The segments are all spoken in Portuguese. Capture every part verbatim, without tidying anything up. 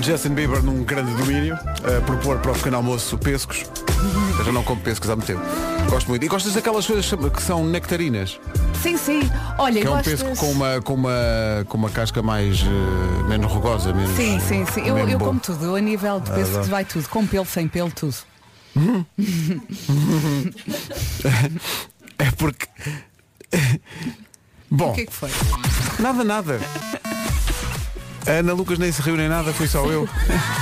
Justin Bieber num grande domínio, a propor para o pequeno almoço pêssegos. Eu já não como pêssegos há muito tempo. Gosto muito. E gostas daquelas coisas que são nectarinas? Sim, sim. Olha, que é um gostas... pêssego com uma, com uma, com uma casca mais uh, menos rugosa, menos. Sim, sim, sim. Eu, eu como tudo. Eu, a nível de pêssegos, ah, vai tudo. Com pelo, sem pelo, tudo. É porque. Bom. O que é que foi? Nada, nada. A Ana Lucas nem se riu nem nada, fui só eu.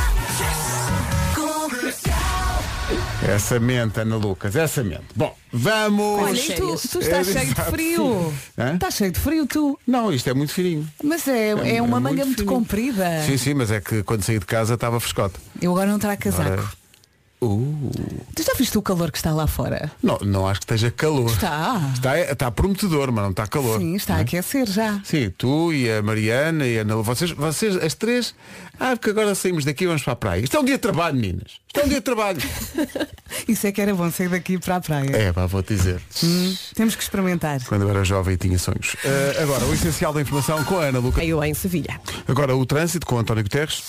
Essa mente, Ana Lucas, essa mente. Bom, vamos. Olha, e tu, tu estás É, cheio de exato, frio. Hã? Estás cheio de frio, tu. Não, isto é muito fininho. Mas é, é, É- uma é manga muito muito, fininho. comprida. Sim, sim, mas é que quando saí de casa estava frescote. Eu agora não trago casaco. Ora. Uh. Tu já viste o calor que está lá fora? Não, não acho que esteja calor. Está. Está, está prometedor, mas não está calor. Sim, está a Não é? aquecer já. Sim, tu e a Mariana e a Ana, vocês, vocês, as três, ah, porque agora saímos daqui e vamos para a praia. Isto é um dia de trabalho, meninas. Isto é um dia de trabalho. Isso é que era bom sair daqui para a praia. É, pá, vou-te dizer. Hum, temos que experimentar. Quando eu era jovem e tinha sonhos. Uh, agora, o essencial da informação com a Ana Lucas. Eu em Sevilha. Agora o trânsito com o António Guterres.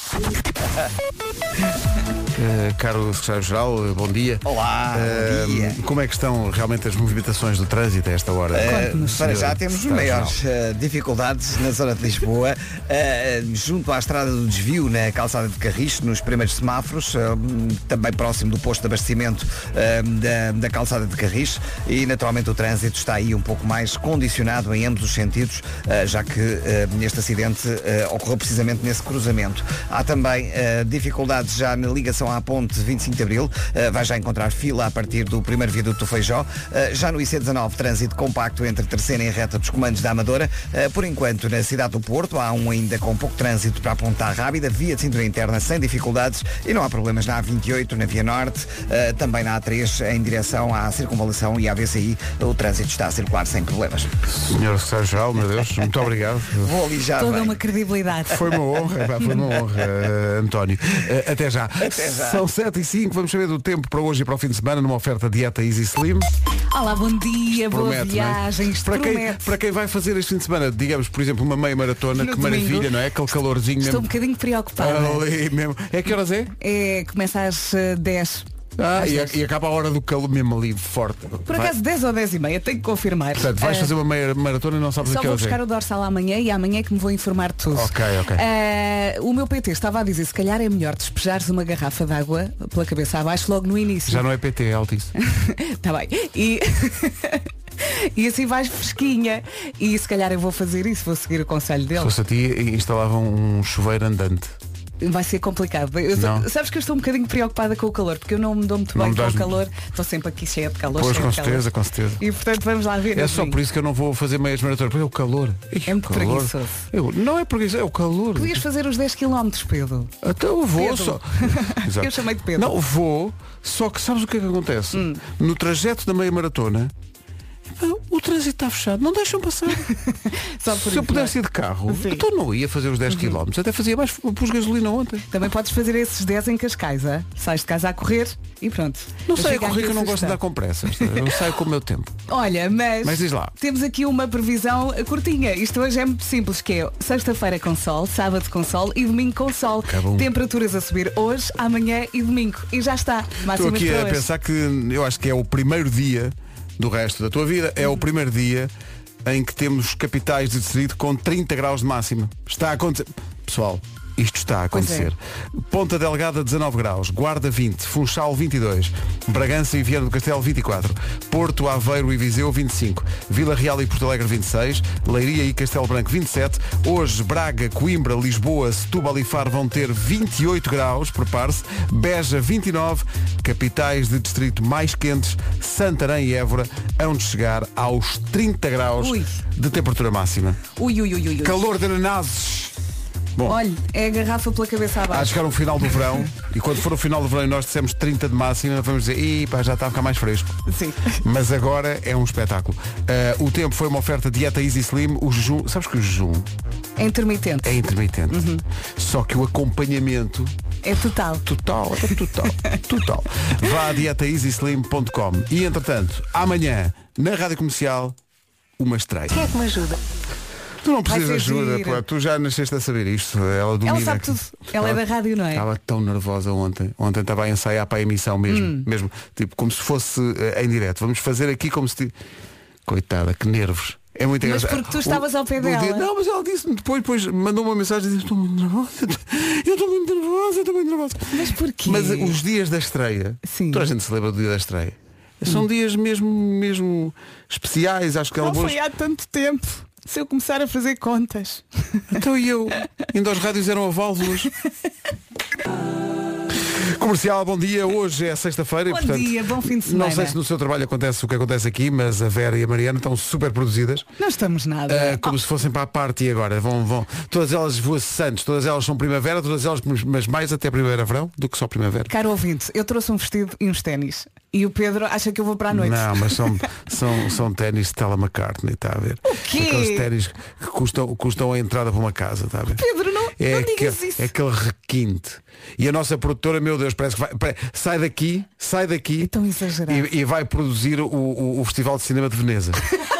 Uh, caro secretário-geral, bom dia. Olá, Uh, bom dia. Como é que estão realmente as movimentações do trânsito a esta hora? Uh, para já senhor temos secretário-geral? maiores uh, dificuldades na zona de Lisboa, uh, junto à estrada do desvio, na calçada de Carris, nos primeiros semáforos, uh, também próximo do posto de abastecimento uh, da, da calçada de Carris, e naturalmente o trânsito está aí um pouco mais condicionado em ambos os sentidos, uh, já que uh, este acidente uh, ocorreu precisamente nesse cruzamento. Há também uh, dificuldades já na ligação à ponte vinte e cinco de Abril, uh, vai já encontrar fila a partir do primeiro viaduto do Feijó. Uh, já no I C dezanove, trânsito compacto entre Terceira e a reta dos comandos da Amadora. Uh, por enquanto, na cidade do Porto, há um ainda com pouco trânsito para a Ponta Rábida, via de cintura interna sem dificuldades, e não há problemas na A vinte e oito, na Via Norte, uh, também na A três, em direção à Circunvalação e à V C I, o trânsito está a circular sem problemas. Senhor secretário-geral, meu Deus, muito obrigado. Vou ali já. Toda bem. uma credibilidade. Foi uma honra, pá, foi uma honra, uh, António. Uh, até já. Até já. São sete e cinco, vamos saber do tempo para hoje e para o fim de semana numa oferta dieta Easy Slim. Olá, bom dia, boa Promete, não é? viagem. Isto Para quem, promete. para quem vai fazer este fim de semana, digamos, por exemplo, uma meia maratona, No que maravilha, domingo. não é? Aquele calorzinho Estou um mesmo. bocadinho preocupada. Ali mesmo. É que horas é? É, começa às eh, dez. Ah, Às e, dez. e acaba a hora do calor mesmo ali, forte. Por Vai- acaso dez ou dez e meia, tenho que confirmar. Portanto, vais Eh, fazer uma meia maratona e não sabes a Só que vou horas buscar é. o dorsal amanhã e amanhã é que me vou informar de tudo. Ok, ok. Eh, o meu P T estava a dizer, se calhar é melhor despejares uma garrafa de água pela cabeça abaixo logo no início. Já não é P T, é Altice. Está bem. E... e assim vais fresquinha. E se calhar eu vou fazer isso, vou seguir o conselho Se dele. fosse a ti, instalavam um chuveiro andante. Vai ser complicado. Eu- Não. sabes que eu estou um bocadinho preocupada com o calor, porque eu não me dou muito Não bem me com o dás- calor. Estou sempre aqui cheia de calor. Pois, cheia com de calor. certeza, com certeza. E portanto vamos lá ver. É no só domingo. por isso que eu não vou fazer meias maratonas, porque é o calor. Ih, É muito o calor. preguiçoso. Eu, não é preguiçoso, é o calor. Podias fazer os dez quilómetros, Pedro. Até eu vou Pedro. só. Exato. Eu chamei de Pedro. Não, vou, só que sabes o que é que acontece? Hum. No trajeto da meia maratona, o trânsito está fechado, não deixam passar. Só por Se isso, eu pudesse não ir de carro, Sim. Uhum. então não ia fazer os dez quilómetros, até fazia mais, pus gasolina ontem. é? Também podes fazer esses dez em Cascais, ah? Sais de casa a correr e pronto. Não sei a fico correr aqui que eu não gosto de sugestão. dar com pressas. Eu saio com o meu tempo. Olha, mas, Mas diz lá. temos aqui uma previsão curtinha. Isto hoje é muito simples, que é sexta-feira com sol, sábado com sol e domingo com sol. Acabou. Temperaturas a subir hoje, amanhã e domingo. E já está. Estou Máximas aqui para a hoje. pensar que eu acho que é o primeiro dia do resto da tua vida, é o primeiro dia em que temos capitais de distrito com trinta graus de máxima. Está a acontecer. Pessoal, isto está a Pois é. acontecer. Ponta Delgada dezanove graus, Guarda vinte, Funchal vinte e dois, Bragança e Viana do Castelo vinte e quatro, Porto, Aveiro e Viseu vinte e cinco, Vila Real e Porto Alegre vinte e seis, Leiria e Castelo Branco vinte e sete, hoje Braga, Coimbra, Lisboa, Setúbal e Faro vão ter vinte e oito graus, prepare-se, Beja vinte e nove, capitais de distrito mais quentes, Santarém e Évora hão de chegar aos trinta graus Ui. de temperatura máxima. Ui, ui, ui, ui. ui. Calor de ananases. Bom, Olha, é a garrafa pela cabeça há de abaixo. chegar o final do verão e quando for o final do verão e nós dissemos trinta de máxima, vamos dizer, ih, pá, já está a ficar mais fresco. Sim. Mas agora é um espetáculo. Ah, o tempo foi uma oferta dieta Easy Slim. O jejum, sabes que o jejum É intermitente. é intermitente. Uhum. Só que o acompanhamento É total. total, é total, total. Vá a dieta easy slim ponto com e entretanto, amanhã, na Rádio Comercial, uma estreia. Quem é que me ajuda? Tu não Vai precisas de ser ajuda, giro. pô. Tu já nasceste a saber isto. Ela domina. Ela sabe tudo. Ela é da rádio, não é? Estava tão nervosa ontem. Ontem estava a ensaiar para a emissão mesmo. Hum. Mesmo. Tipo, como se fosse uh, em direto. Vamos fazer aqui como se... T... Coitada, que nervos. É muito Mas engraçado. porque tu estavas ao pé o dela. Dia... Não, mas ela disse-me depois, depois mandou uma mensagem e disse, estou muito nervosa. Eu estou muito nervosa, eu estou muito nervosa. Mas porquê? Mas uh, os dias da estreia, Sim. toda a gente se lembra do dia da estreia. São dias mesmo, mesmo especiais, acho que ela Não boas... foi há tanto tempo. Se eu começar a fazer contas. Então e eu? Ainda os rádios eram a válvulas. Comercial, bom dia. Hoje é sexta-feira e, Bom portanto, dia, bom fim de semana. não sei se no seu trabalho acontece o que acontece aqui, mas a Vera e a Mariana estão super produzidas. Não estamos nada. Uh, como se fossem para a parte agora. Vão, vão. Todas elas voaçantes, todas elas são primavera, todas elas, mas mais até primavera-verão do que só primavera. Caro ouvinte, eu trouxe um vestido e uns ténis. E o Pedro acha que eu vou para a noite. Não, mas são, são, são ténis de Stella McCartney, está a ver? O quê? Aqueles ténis que custam, custam a entrada para uma casa, está a ver? Pedro, não, É, não aquele, digas isso. é aquele requinte. E a nossa produtora, meu Deus, parece que vai, pare- sai daqui, sai daqui É tão exagerado. e, e vai produzir o, o, o Festival de Cinema de Veneza.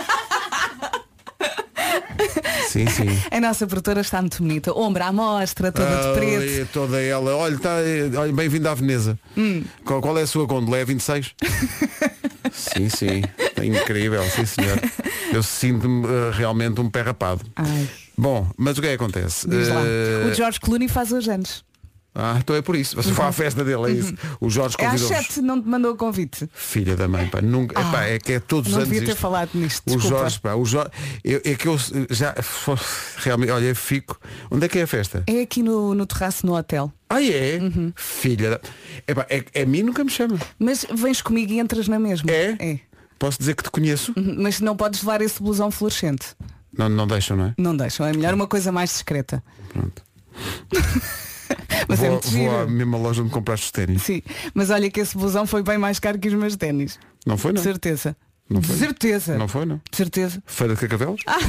Sim, sim. A nossa produtora está muito bonita. Ombra à mostra, toda de preto. Ali, toda ela. Olha, tá, olha, bem-vindo à Veneza. Hum. Qual, qual é a sua gondola? É vinte e seis? Sim, sim. É incrível, sim senhor. Eu sinto-me uh, realmente um pé rapado. Ai, Bom, mas o que é que acontece? diz lá. Uh, O George Clooney faz hoje anos. Ah, então é por isso. Você foi à festa dele, é isso. O Jorge É às convidou-vos. sete, não te mandou o convite. Filha da mãe, pá. Nunca, Ah, epá, é que é todos os não anos devia ter isto. falado nisto. O Desculpa. Jorge, pá, o Jorge, eu, é que eu já realmente, olha, eu fico. Onde é que é a festa? É aqui no, no terraço no hotel. Ah, é? Uhum. Filha da. Epá, é, é a mim nunca me chama. Mas vens comigo e entras na mesma. É? É. Posso dizer que te conheço? Uhum. Mas não podes levar esse blusão fluorescente. Não, não deixam, não é? Não deixam. É melhor uma coisa mais discreta. Pronto. Mas é vou muito vou à giro. mesma loja onde compraste os ténis. Sim. Mas olha que esse blusão foi bem mais caro que os meus ténis. Não foi, De não? certeza. Não De foi. certeza. Não foi, não? De certeza. Feira de Carcavelos? Ah,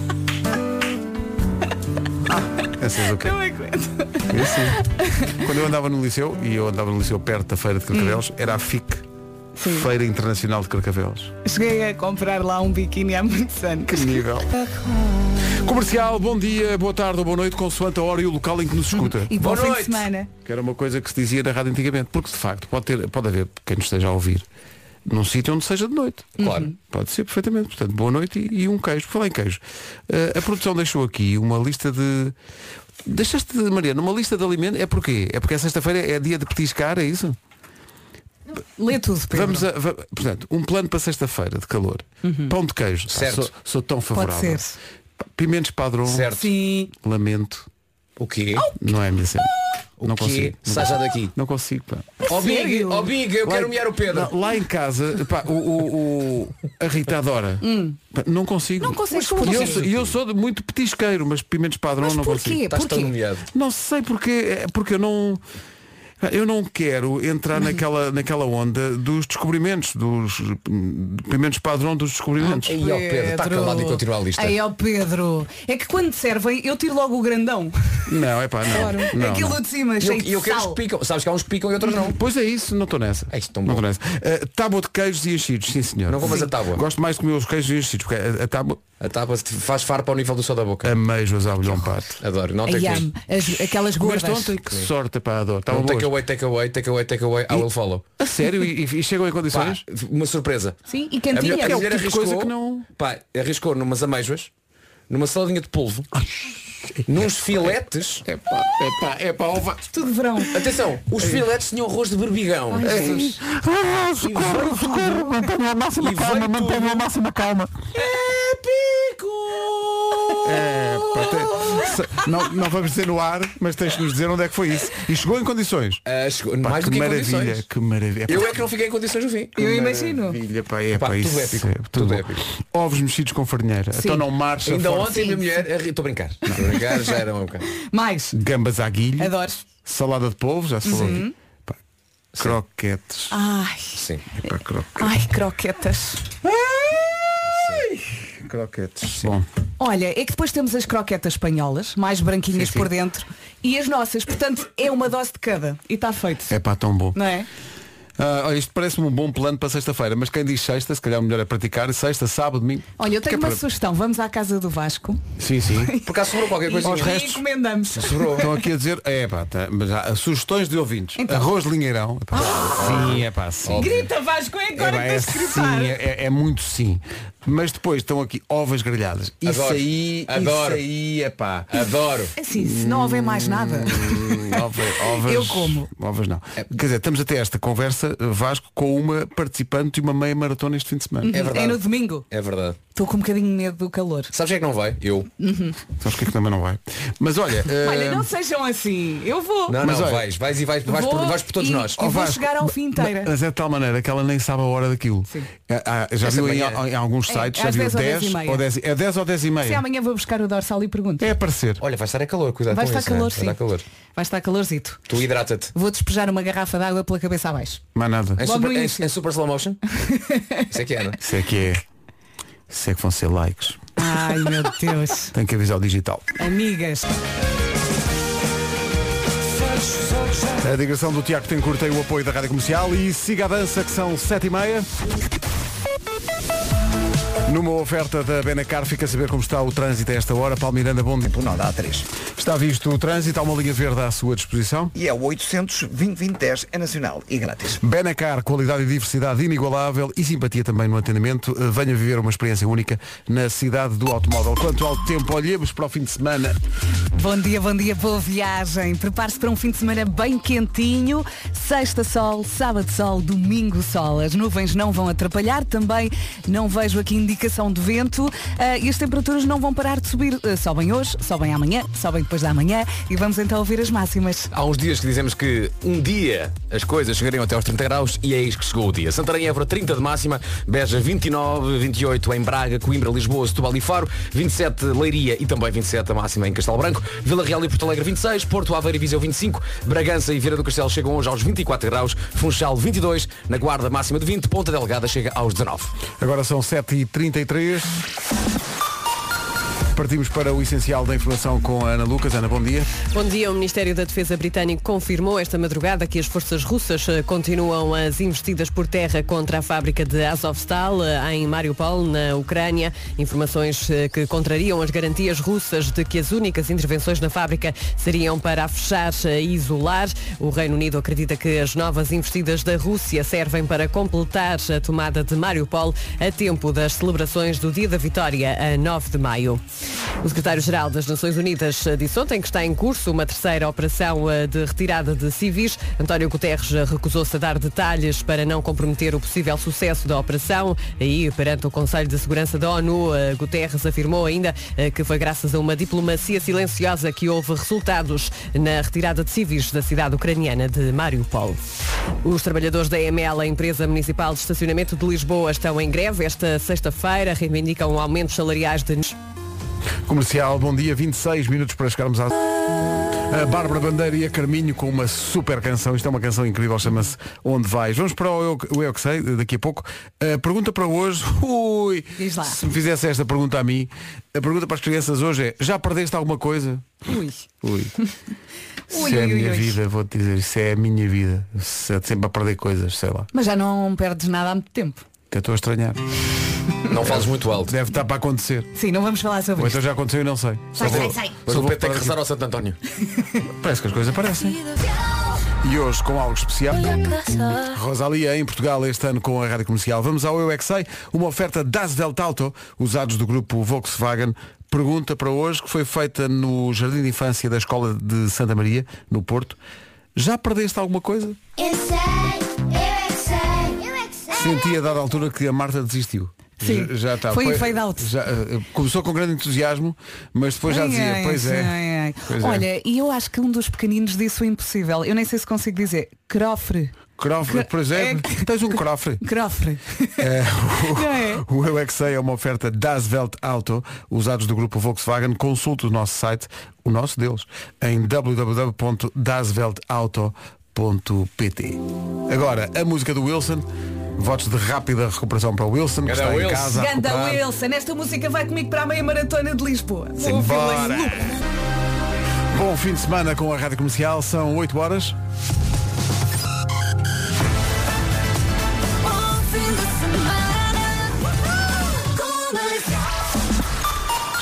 essas o quê? Não aguento. Eu sim. Quando eu andava no liceu, e eu andava no liceu perto da Feira de Carcavelos, era a F I C, Sim. Feira Internacional de Carcavelos. Cheguei a comprar lá um biquíni há muitos anos. Que nível. Comercial, bom dia, boa tarde ou boa noite, consoante a hora e o local em que nos escuta. E bom Boa fim de noite. semana. Que era uma coisa que se dizia na rádio antigamente, porque de facto pode, ter, pode haver quem nos esteja a ouvir num sítio onde seja de noite. Claro. Pode ser perfeitamente. Portanto, boa noite e, e um queijo. Por falar em queijo, uh, a produção deixou aqui uma lista de... Deixaste, Mariana, uma lista de alimentos. É porquê? É porque a sexta-feira é dia de petiscar, é isso? Lê tudo, Pedro. Vamos a, va- portanto, um plano para sexta-feira de calor. Pão de queijo. Pá, Certo. Sou, sou tão favorável. Pode ser. Pimentos padrão. Certo. Sim. Lamento. O quê? Não é a minha cena. O não quê? consigo. Não Saja daqui. Não consigo, pá. Ó Big, sério? ó Big, eu Lá quero em- humilhar o Pedro. Não, lá em casa, pá, o, o, o- a Rita adora. Pá, não consigo. Não consegues E como eu, assim? sou- e eu sou de muito petisqueiro, mas pimentos padrão Mas não porquê? consigo. Estás tão Porquê? nomeado. Não sei porque, é porque eu não. Eu não quero entrar naquela, naquela onda dos descobrimentos, dos hum, pimentos padrão dos descobrimentos. Aí, ó Pedro, está calado e continua a lista. Aí, ó Pedro. É que quando servem, eu tiro logo o grandão. Não, é pá, não. Claro. não, Aquilo não. de cima, E eu, cheio de e eu quero os sal. que picam. Sabes que há uns que picam e outros não. Pois é isso, não estou nessa. É isto tão não bom. estou nessa. Uh, tábua de queijos e enchidos, sim senhor. Não comas Sim. a tábua. Gosto mais de comer os queijos e enchidos, porque a, a tábua A tábua faz farpa ao nível do sol da boca. ameijoas ao bolhão pato. Adoro. Não tem Aí, que am, as- aquelas Comeste gordas. ontem, que sorte, pá, adoro. Estavam Não take boas. away, take away, take away, take away, I will follow. A sério? E, e chegam em Pá, condições? uma surpresa. Sim, e A cantinha. mulher, a É o mulher tipo de arriscou, coisa que não- pá, arriscou numas ameijoas, numa saladinha de polvo, nos filetes. É pá, é pá, é pá, ova. Tudo de verão. Atenção, os filetes tinham arroz de berbigão. Jesus. Ah, socorro, socorro, mantenha a máxima E calma, veio mantenha tudo. a máxima calma. Épico! É, pá, tem- se- não, não vamos dizer no ar, mas tens de nos dizer onde é que foi isso. E chegou em condições. Ah, chegou- Pá, mais que do que em maravilha, condições. que maravilha. Eu é que não fiquei em condições no fim. Eu imagino. Maravilha, pá, é, Pá, pá, tudo isso épico, é tudo bom. épico. Ovos mexidos com farinheira. Então não marcha. Ainda forte. ontem a minha Sim, mulher arri- estou a brincar. Estou a brincar, já era um bocado. Mais. Gambas à guilha. Adoro. Salada de polvo, já se falou Uhum. aqui. Pá, croquetes. Ai. Sim. Pá, cro... Ai, croquetas. Croquetes. Bom, Olha, é que depois temos as croquetas espanholas, mais branquinhas Sim, sim. por dentro, e as nossas. Portanto, é uma dose de cada. E está feito. é pá, tão bom. Não é? Ah, olha, isto parece-me um bom plano para sexta-feira, mas quem diz sexta, se calhar o melhor é praticar sexta, sábado, domingo. Olha, eu tenho Que é uma para- sugestão. Vamos à casa do Vasco. Sim, sim. Por acaso sobrou qualquer coisa. Aos e restos. encomendamos. Sobrou. Estão aqui a dizer, é pá, tá, mas há sugestões de ouvintes. Então. Arroz de linheirão. Epá, sim, é pá, sim. Grita, Vasco, é agora É, pá, que é tens de sim, gritar. é, é muito sim. Mas depois estão aqui ovas grelhadas. Isso Adoro. aí, Adoro. isso aí, é pá. Adoro. Assim, se não houver mais nada. Hum, ovas, ovas, Eu como. Ovas não. Quer dizer, estamos até esta conversa, Vasco, com uma participante de uma meia maratona este fim de semana. É verdade. É no domingo. É verdade. Estou com um bocadinho de medo do calor. Sabes quem é que não vai? Eu. Sabes que é que também não vai? Mas olha, Olha, eh, não sejam assim. Eu vou. Não, Mas não, olha, vais. Vais e vais, vais, Vou por, vais por todos e- nós. e vou Vasco, chegar ao fim inteira. Mas é de tal maneira que ela nem sabe a hora daquilo. Sim. É, há- já Essa viu em, manhã. em alguns É, sites, às já viu dez ou dez dez e meia. ou dez, é dez ou dez e Se meia. amanhã vou buscar o dorsal e pergunto. É aparecer. Olha, vai estar a calor, cuidado Vai com estar isso. calor, né? sim. Vai estar calor. Vai estar calorzito. Tu hidrata-te. Vou despejar uma garrafa de água pela cabeça abaixo. Mais nada. Em Logo super, no em, início. em super slow motion? Isso é que é, não é? Isso é que é. Isso é que vão ser likes. Ai meu Deus. Tem que avisar o digital. Amigas. A digressão do Tiago tem curto o apoio da Rádio Comercial e siga a dança que são sete e meia. Numa oferta da Benacar, fica a saber como está o trânsito a esta hora. Paulo Miranda, bom dia. Por não dá três. Está visto o trânsito, há uma linha verde à sua disposição. E é o oitocentos vinte vinte dez, é nacional e grátis. Benacar, qualidade e diversidade inigualável e simpatia também no atendimento. Uh, Venha viver uma experiência única na cidade do automóvel. Quanto ao tempo, olhemos para o fim de semana. Bom dia, bom dia, boa viagem. Prepare-se para um fim de semana bem quentinho. Sexta sol, sábado sol, domingo sol. As nuvens não vão atrapalhar, também não vejo aqui indicação de vento ah, e as temperaturas não vão parar de subir. Ah, sobem hoje, sobem amanhã, sobem depois da manhã e vamos então ouvir as máximas. Há uns dias que dizemos que um dia as coisas chegariam até aos trinta graus e é eis que chegou o dia. Santarém e Évora trinta de máxima, Beja vinte e nove, vinte e oito em Braga, Coimbra, Lisboa, Setúbal e Faro, vinte e sete Leiria e também vinte e sete a máxima em Castelo Branco, Vila Real e Porto Alegre vinte e seis, Porto Aveiro e Viseu vinte e cinco, Bragança e Vieira do Castelo chegam hoje aos vinte e quatro graus, Funchal vinte e dois, na Guarda máxima de vinte, Ponta Delgada chega aos dezanove. Agora são sete e trinta e três. Partimos para o essencial da informação com a Ana Lucas. Ana, bom dia. Bom dia. O Ministério da Defesa britânico confirmou esta madrugada que as forças russas eh, continuam as investidas por terra contra a fábrica de Azovstal eh, em Mariupol, na Ucrânia. Informações eh, que contrariam as garantias russas de que as únicas intervenções na fábrica seriam para a fechar e isolar. O Reino Unido acredita que as novas investidas da Rússia servem para completar a tomada de Mariupol a tempo das celebrações do Dia da Vitória, a nove de maio. O secretário-geral das Nações Unidas disse ontem que está em curso uma terceira operação de retirada de civis. António Guterres recusou-se a dar detalhes para não comprometer o possível sucesso da operação. Aí, perante o Conselho de Segurança da ONU, Guterres afirmou ainda que foi graças a uma diplomacia silenciosa que houve resultados na retirada de civis da cidade ucraniana de Mariupol. Os trabalhadores da E M L, a empresa municipal de estacionamento de Lisboa, estão em greve esta sexta-feira, reivindicam aumentos salariais de... Comercial, bom dia, vinte e seis minutos para chegarmos à... A Bárbara Bandeira e a Carminho com uma super canção. Isto é uma canção incrível, chama-se Onde Vais. Vamos para o Eu, o Eu Que Sei, daqui a pouco. A pergunta para hoje, ui, Diz lá. se me fizesse esta pergunta a mim, a pergunta para as crianças hoje é: já perdeste alguma coisa? Ui. Ui. Isso Ui, é a ui, minha ui. vida, vou-te dizer, isso é a minha vida. Se é sempre a perder coisas, sei lá. Mas já não perdes nada há muito tempo. Que eu estou a estranhar. Não fales muito alto. Deve estar para acontecer. Sim, não vamos falar sobre Ou isso. então já aconteceu e não sei. Sai, Só sai, vou- sai. Mas só o vou Pedro tem parar que aqui. rezar ao Santo António. Parece que as coisas aparecem. E hoje com algo especial. Rosalia em Portugal este ano com a Rádio Comercial. Vamos ao Eu É Que Sei, uma oferta das Welt Auto, usados do grupo Volkswagen. Pergunta para hoje que foi feita no Jardim de Infância da Escola de Santa Maria, no Porto. Já perdeste alguma coisa? Eu sei, eu é que sei, eu é que sei. Senti a dada altura que a Marta desistiu. Sim, Já, já está. foi em fade out. Já, eh, começou com grande entusiasmo, mas depois já Ai, dizia, ai, pois é. ai, ai. Pois é. Olha, e eu acho que um dos pequeninos disse o impossível. Eu nem sei se consigo dizer. Crofre. Crofre, por exemplo, É- tens um crofre. Crofre. É, Não é? o, o Eu É Que Sei é uma oferta das Welt Auto, usados do grupo Volkswagen. Consulte o nosso site, o nosso deles, em w w w ponto das welt auto ponto p t. Agora, a música do Wilson. Votos de rápida recuperação para o Wilson, que Ganda está em Wilson. casa. a Ganda recuperar. Wilson, esta música vai comigo para a meia maratona de Lisboa. Vou Simbora. ouvi-la em loop. Bom fim de semana com a Rádio Comercial, são oito horas.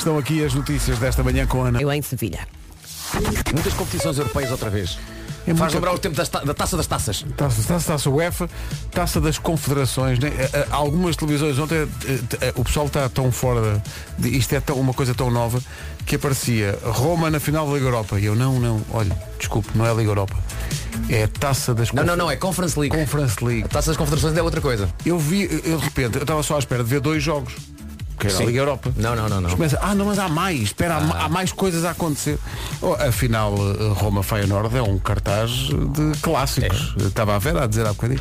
Estão aqui as notícias desta manhã com a Ana. Eu em Sevilha. Muitas competições europeias outra vez. É Faz muita- lembrar o tempo das ta- da taça das taças. Taça, taça, taça UEFA, taça das confederações, né? Eh, eh, Algumas televisões ontem, eh, eh, o pessoal está tão fora de, isto é tão, uma coisa tão nova que aparecia Roma na final da Liga Europa. E eu não, não, olha, desculpe, não é Liga Europa. É a taça das Não, confe- não, não, é Conference League. Conference League. A taça das confederações é outra coisa. Eu vi, eu de repente, eu estava só à espera de ver dois jogos. Que era a Sim. Liga Europa. Não, não, não, não. Mas começa, ah, não, mas há mais, espera, há ma- há mais coisas a acontecer. Oh, afinal, eh, Roma-Feyenoord é um cartaz de clássicos. É. Estava a ver a dizer há bocadinho.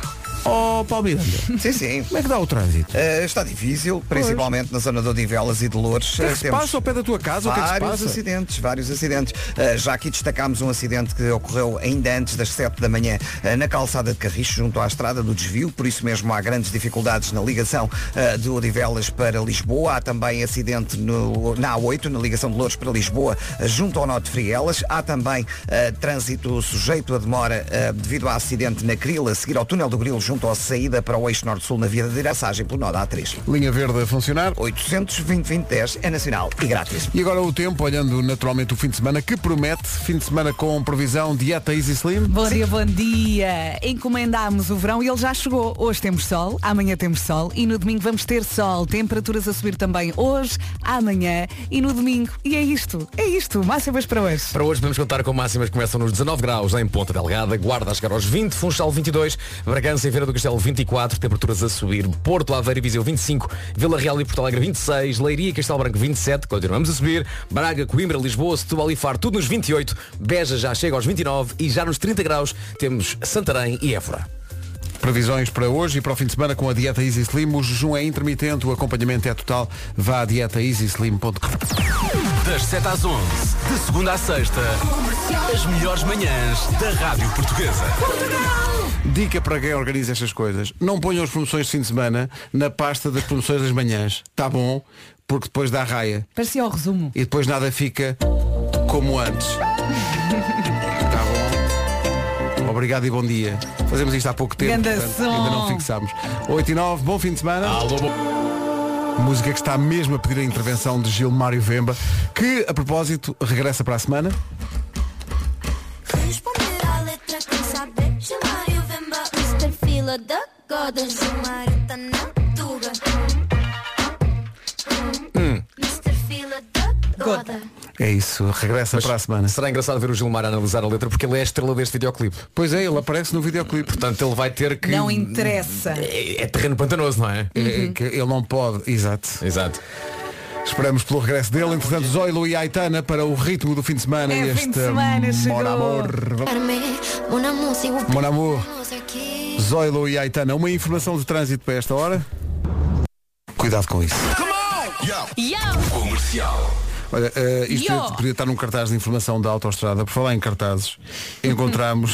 Oh, Paulo Miranda, Sim, sim. como é que dá o trânsito? Eh, está difícil, principalmente na zona de Odivelas e de Loures. O que é que Eh, se temos passa ao pé da tua casa? O que é que se vários passa? acidentes, vários acidentes. Eh, já aqui destacámos um acidente que ocorreu ainda antes das sete da manhã eh, na calçada de Carriço, junto à estrada do desvio, por isso mesmo há grandes dificuldades na ligação eh, de Odivelas para Lisboa. Há também acidente no, na A oito, na ligação de Loures para Lisboa, eh, junto ao Nó de Frielas. Há também eh, trânsito sujeito a demora eh, devido a acidente na Cril, a seguir ao túnel do Grilo, junto à saída para o eixo norte-sul na via de passagem pelo nó da A três. Linha verde a funcionar. oitocentos, vinte, vinte, dez é nacional e grátis. E agora o tempo, olhando naturalmente o fim de semana, que promete, fim de semana com previsão, dieta Easy Slim. Bom dia, bom dia. Encomendámos o verão e ele já chegou. Hoje temos sol, amanhã temos sol e no domingo vamos ter sol. Temperaturas a subir também hoje, amanhã e no domingo. E é isto, é isto. Máximas para hoje. Para hoje podemos contar com máximas que começam nos dezanove graus em Ponta Delgada, Guarda a chegar aos vinte, Funchal vinte e dois, Bragança e Feira do Castelo vinte e quatro, temperaturas a subir, Porto, Aveiro e Viseu vinte e cinco, Vila Real e Porto Alegre vinte e seis, Leiria e Castelo Branco vinte e sete, continuamos a subir, Braga, Coimbra, Lisboa, Setúbal e Faro, tudo nos vinte e oito, Beja já chega aos vinte e nove e já nos trinta graus temos Santarém e Évora. Previsões para hoje e para o fim de semana com a dieta Easy Slim. O jejum é intermitente, o acompanhamento é total. Vá a dieta easy slim ponto com. Das sete às onze, de segunda à sexta, as melhores manhãs da Rádio Portuguesa. Dica para quem organiza estas coisas. Não ponham as promoções de fim de semana na pasta das promoções das manhãs. Tá bom? Porque depois dá raia. Parecia o resumo. E depois nada fica como antes. Tá bom? Obrigado e bom dia. Fazemos isto há pouco tempo, Ganda portanto, som. ainda não fixámos. oito e nove, bom fim de semana. Alô, Música que está mesmo a pedir a intervenção de Gilmário Vemba, que, a propósito, regressa para a semana. Responder à letra quem sabe. Gilmário Vemba, mister Fila da Goda. Gilmário tá na tuga. mister Fila da Goda. É isso, regressa para a semana. Será engraçado ver o Gilmar a analisar a letra porque ele é a estrela deste videoclipe. Pois é, ele aparece no videoclipe. Portanto, ele vai ter que... Não interessa. É, é terreno pantanoso, não é? É, que ele não pode, exato. Exato. Esperamos pelo regresso dele. Entretanto, Zoilo e Aitana para o ritmo do fim de semana. É, este fim de semana chegou. Mon Amour. Una música. Mon Amour. Zoilo e Aitana. Uma informação de trânsito para esta hora. Cuidado com isso. Comercial. Olha, eh, isto Yo. podia estar num cartaz de informação da autoestrada. Por falar em cartazes, encontramos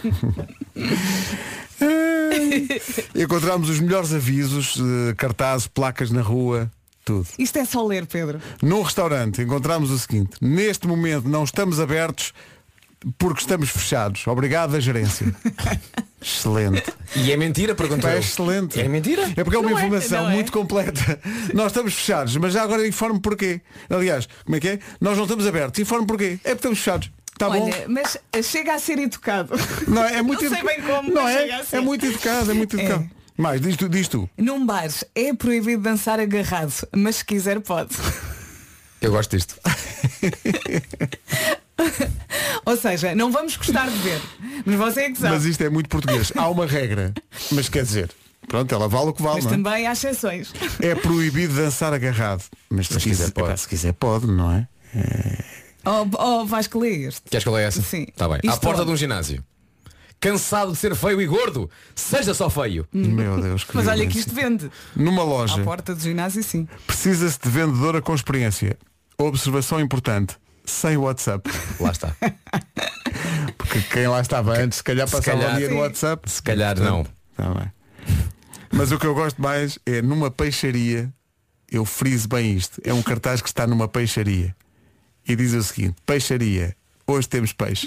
encontramos os melhores avisos, eh, cartazes, placas na rua, tudo. Isto é só ler, Pedro. Num restaurante encontramos o seguinte: neste momento não estamos abertos porque estamos fechados. Obrigado à gerência. Excelente. E é mentira, perguntou É eu. excelente. É mentira? É porque é uma Não é, informação não é. muito completa. Nós estamos fechados, mas já agora informe porquê. Aliás, como é que é? Nós não estamos abertos. Informe porquê. É porque estamos fechados. Está bom? Olha, mas chega a ser educado. Não, é muito não sei educa- bem como, não mas é? chega a ser. É muito educado, é muito É. educado. Mais, diz tu, diz tu. Num bar é proibido dançar agarrado, mas se quiser pode. Eu gosto disto. Ou seja, não vamos gostar de ver. Mas você é que sabe. Mas Mas, isto é muito português. Há uma regra. Mas quer dizer, pronto, ela vale o que vale, não é? também há exceções. É proibido dançar agarrado. Mas se, Mas quiser, quiser, pode. epá, se quiser pode, não é? Oh, oh Vasco, lê este. Queres que eu leia essa? Sim. Está bem. Isto À porta onde? de um ginásio. Cansado de ser feio e gordo? Seja só feio. Meu Deus, que Mas olha que violência. isto vende. Numa À loja, porta do ginásio, sim. precisa-se de vendedora com experiência. Observação importante. Sem WhatsApp. Lá está. Porque quem lá estava antes, se calhar Se passava calhar- o dia no Sim. WhatsApp. Se calhar não. Tá bem. Mas o que eu gosto mais é numa peixaria, eu friso bem isto, é um cartaz que está numa peixaria e diz o seguinte: peixaria, hoje temos peixe.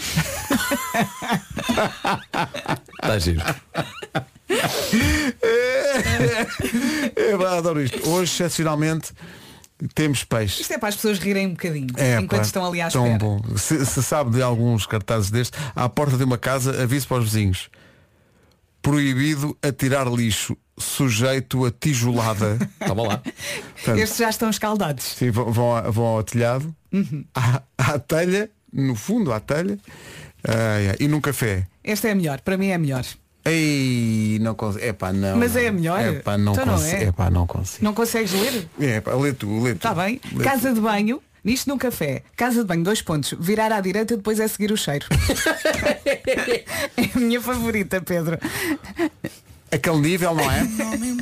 Está giro. É, pá, adoro isto. Hoje, excepcionalmente, Temos peixe. Isto é para as pessoas rirem um bocadinho É, enquanto pá, estão ali à tão espera. bom. Se, se sabe de alguns cartazes destes, à porta de uma casa, aviso para os vizinhos. Proibido atirar lixo, sujeito a tijolada. Toma lá. Portanto, Estes já estão escaldados. sim, vão, vão, ao- vão ao telhado, Uhum. à, à telha, no fundo à telha, ai, ai, e num café. Esta é a melhor, para mim é a melhor. Ei, não consigo. Epá, não. Mas não. é a melhor? Epá, não Então não consigo. é? Epá, não consigo. Não consegues ler? Epá, lê tu, lê tu. Está bem. Lê Casa tu. de banho, nisto num café. Casa de banho, dois pontos. Virar à direita, depois é seguir o cheiro. É a minha favorita, Pedro. Aquele nível, não é?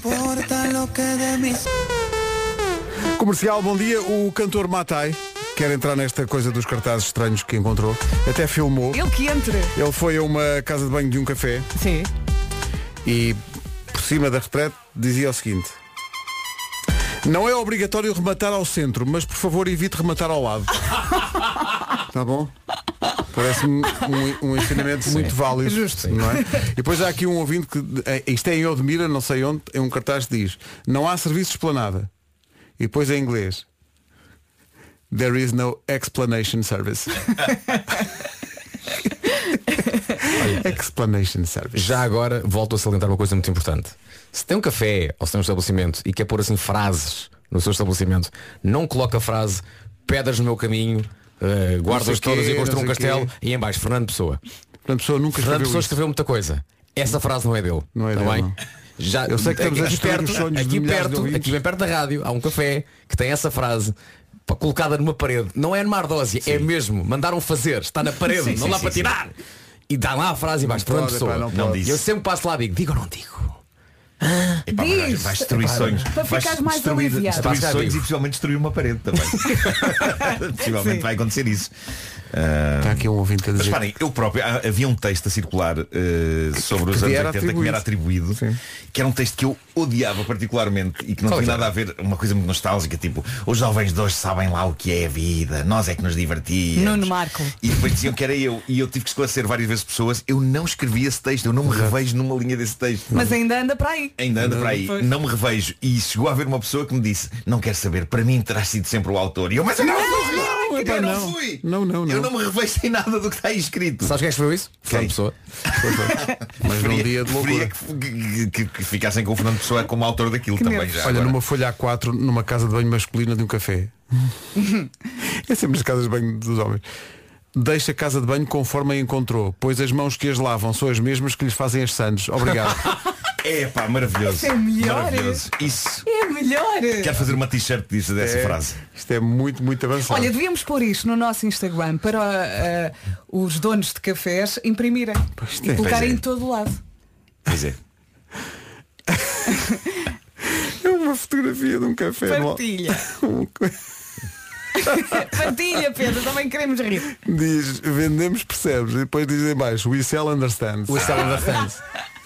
Comercial, bom dia. O cantor Matai quer entrar nesta coisa dos cartazes estranhos que encontrou. Até filmou. Ele que entre. Ele foi a uma casa de banho de um café Sim. e por cima da retrete dizia o seguinte: não é obrigatório rematar ao centro, mas por favor evite rematar ao lado. Tá bom? Parece-me um, um ensinamento muito válido. Justo. Não é? E depois há aqui um ouvinte que, é, isto é em Odmira, não sei onde, é um cartaz que diz: não há serviço de esplanada. E depois em inglês: there is no explanation service. Explanation service. Já agora volto a salientar uma coisa muito importante. Se tem um café ou se tem um estabelecimento e quer pôr assim frases no seu estabelecimento, não coloca a frase pedras no meu caminho, uh, guardas quê, todas e construa não um sei castelo quê. e em baixo Fernando Pessoa. Portanto, a pessoa nunca Fernando escreveu Pessoa isso. escreveu muita coisa. Essa frase não é dele. Não é Tá dele, bem? não. Já, Eu sei que estamos a aqui destruir perto, os sonhos de aqui milhares de perto, ouvintes. aqui bem perto da rádio há um café que tem essa frase pá, colocada numa parede. Não é numa ardósia, é mesmo. Mandaram fazer, está na parede, Sim, não sim, dá sim, para sim. tirar. E dá lá a frase e mais Fernando pode, Pessoa. pá, não Não pode. disse. Eu sempre passo lá e digo, digo ou não digo? Epá, Diz. vais, vais destruir sonhos. Para Vais ficares mais destruir, aliviado. destruir Vai, sonhos digo. e possivelmente destruir uma parede também. Possivelmente Sim. vai acontecer isso. Ah, Está aqui um ouvinte a mas dizer. reparem, eu próprio, há- havia um texto a circular eh, sobre os que anos lhe era oitenta que me era atribuído, Sim. que era um texto que eu odiava particularmente e que não Qual tinha é que nada a ver, uma coisa muito nostálgica, tipo, os jovens de hoje sabem lá o que é a vida, nós é que nos divertíamos. Nuno Marco. E depois diziam que era eu, e eu tive que esclarecer várias vezes pessoas, eu não escrevi esse texto, eu não me revejo numa linha desse texto. Mas ainda anda para aí. Ainda anda para aí, Pois. não me revejo. E chegou a haver uma pessoa que me disse: não quero saber, para mim terás sido sempre o autor. E eu, mas eu não fui! Não, eu epá, não, não. fui! Não, não, não. Eu não me revejo em nada do que está aí escrito. Sabes quem escreveu isso? Fernando Pessoa. Mas num dia de loucura. Preferia que, que- que ficassem com o Fernando Pessoa como autor daquilo Que também nervos. já. Olha, agora. numa folha A quatro, numa casa de banho masculina de um café. É sempre nas casas de banho dos homens. Deixa a casa de banho conforme a encontrou, pois as mãos que as lavam são as mesmas que lhes fazem as sandes. Obrigado. É pá, maravilhoso. Isso é melhor. Maravilhoso. Isso. É melhor. Quero fazer uma t-shirt disso, dessa É, frase. Isto é muito, muito avançado. Olha, devíamos pôr isto no nosso Instagram para ah, os donos de cafés imprimirem Pois e é. colocarem Pois é. em todo o lado. Pois é. É uma fotografia de um café. no- Partilha. Um- Partilha, Pedro, também queremos rir. Diz, vendemos, percebes? E depois diz em baixo, we sell understands. O Sell Understands.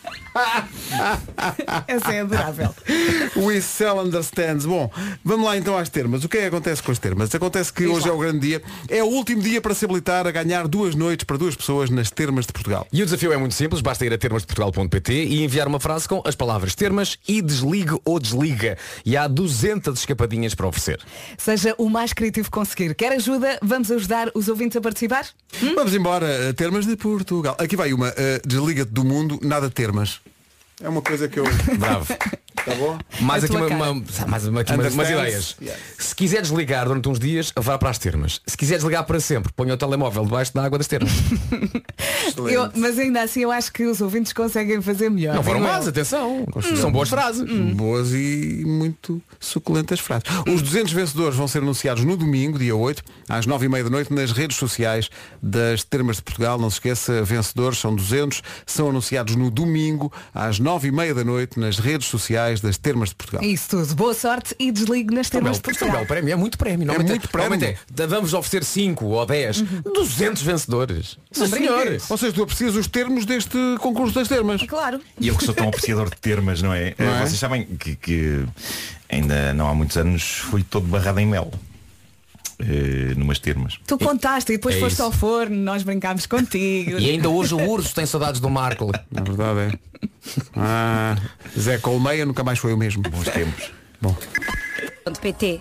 Essa é adorável. We sell understands. Bom, vamos lá então às termas. O que é que acontece com as termas? Acontece que hoje é o grande dia. É o último dia para se habilitar a ganhar duas noites para duas pessoas nas termas de Portugal. E o desafio é muito simples, basta ir a termas de portugal ponto pt e enviar uma frase com as palavras termas e desligue ou desliga. E há duzentas escapadinhas para oferecer. Seja o mais criativo que conseguir. Quer ajuda? Vamos ajudar os ouvintes a participar? Vamos embora, a termas de Portugal. Aqui vai uma, uh, desliga-te do mundo, nada termas. É uma coisa que eu... Bravo. Tá bom? Mais A aqui, tua uma, cara. uma- mais uma- aqui umas, umas Understands? ideias. Yes. Se quiser desligar durante uns dias, vá para as termas. Se quiser desligar para sempre, ponha o telemóvel debaixo da água das termas. Eu- mas ainda assim eu acho que os ouvintes conseguem fazer melhor. Não foram digo eu. más, atenção. São boas frases. Boas e muito suculentas frases. Os duzentos vencedores vão ser anunciados no domingo, dia oito, às nove e meia da noite, nas redes sociais das Termas de Portugal. Não se esqueça, vencedores são duzentos, são anunciados no domingo, às nove e meia da noite, nas redes sociais das Termas de Portugal. Isso tudo. Boa sorte e desligue nas Isto é um termas belo- de isto é um Portugal. belo prémio, é muito prémio. Normalmente muito prémio. normalmente é, vamos oferecer cinco ou dez, duzentos vencedores. Sim, senhor. Ou seja, tu aprecias os termos deste concurso das termas. Claro. E eu que sou tão apreciador de termas, não é? Não Eh, é? Vocês sabem que, que ainda não há muitos anos fui todo barrado em mel. eh, numas termas. Tu contaste e depois É foste isso. ao forno, nós brincámos contigo. E ainda hoje o urso tem saudades do Marco. Na verdade é. Ah, Zé Colmeia nunca mais foi o mesmo. Bons tempos. Bom. .pt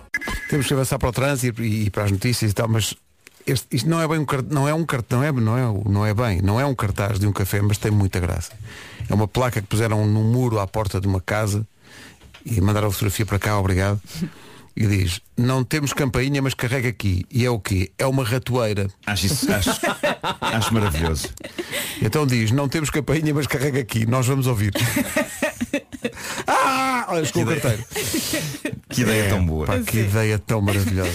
Temos que avançar para o trânsito e, e para as notícias e tal, mas este, isto não é bem um cartaz, não é um cartão, não é, não é, não é bem, não é um cartaz de um café, mas tem muita graça. É uma placa que puseram num muro à porta de uma casa e mandaram a fotografia para cá, obrigado. E diz, não temos campainha, mas carrega aqui. E é o quê? É uma ratoeira. Acho isso, acho, acho maravilhoso. Então diz, não temos campainha, mas carrega aqui. Nós vamos ouvir. Ah! Olha, estou o carteiro. Que ideia é, tão boa. Pá, que ideia tão maravilhosa.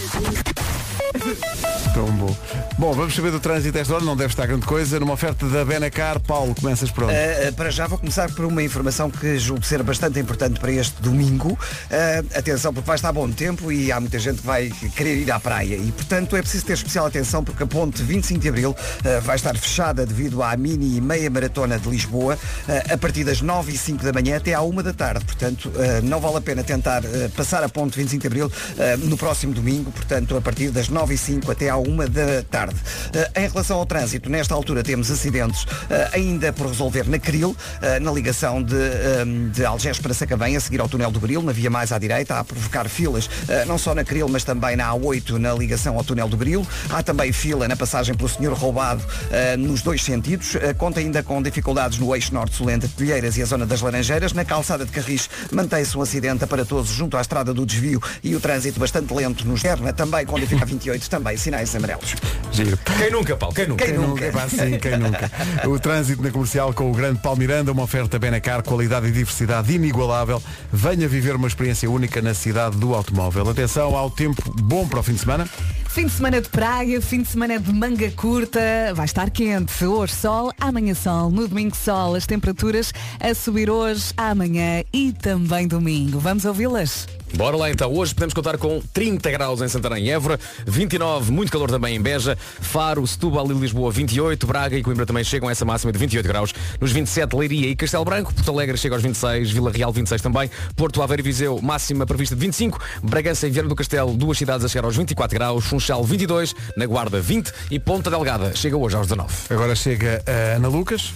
Tão bom. Bom, vamos saber do trânsito esta hora, não deve estar grande coisa. Numa oferta da Benacar, Paulo, começas por onde? Uh, para já vou começar por uma informação que julgo ser bastante importante para este domingo. Uh, atenção, porque vai estar bom tempo e há muita gente que vai querer ir à praia. E, portanto, é preciso ter especial atenção porque a ponte vinte e cinco de Abril uh, vai estar fechada devido à mini e meia maratona de Lisboa uh, a partir das nove e cinco da manhã até à uma da tarde. Portanto, uh, não vale a pena tentar uh, passar a ponte vinte e cinco de Abril uh, no próximo domingo. Portanto, a partir das nove e cinco até à uma da tarde. Uh, em relação ao trânsito, nesta altura temos acidentes uh, ainda por resolver na Cril, uh, na ligação de, um, de Algés para Sacavém, a seguir ao túnel do Bril, na via mais à direita, a provocar filas, uh, não só na Cril, mas também na A oito, na ligação ao túnel do Bril. Há também fila na passagem pelo Senhor Roubado, uh, nos dois sentidos. Uh, conta ainda com dificuldades no eixo norte-sul entre Telheiras e a zona das Laranjeiras. Na calçada de Carris mantém-se um acidente aparatoso junto à estrada do desvio e o trânsito bastante lento no Gerna, também com dificuldade vinte e oito, também sinais amarelos. Giro. Quem nunca, Paulo? Quem nunca? Quem, quem nunca? nunca? Sim, quem nunca? O trânsito na comercial com o grande Paulo Miranda, uma oferta Benacar, qualidade e diversidade inigualável. Venha viver uma experiência única na cidade do automóvel. Atenção ao tempo bom para o fim de semana. Fim de semana de praia, fim de semana de manga curta, vai estar quente. Hoje sol, amanhã sol, no domingo sol. As temperaturas a subir hoje, amanhã e também domingo. Vamos ouvi-las? Bora lá então, hoje podemos contar com trinta graus em Santarém e Évora, vinte e nove, muito calor também em Beja, Faro, Setúbal e Lisboa vinte e oito, Braga e Coimbra também chegam a essa máxima de vinte e oito graus, nos vinte e sete Leiria e Castelo Branco, Porto Alegre chega aos vinte e seis, Vila Real vinte e seis também, Porto Aveiro e Viseu máxima prevista de vinte e cinco, Bragança e Viana do Castelo, duas cidades a chegar aos vinte e quatro graus, Funchal vinte e dois, na Guarda vinte e Ponta Delgada chega hoje aos dezanove. Agora chega a Ana Lucas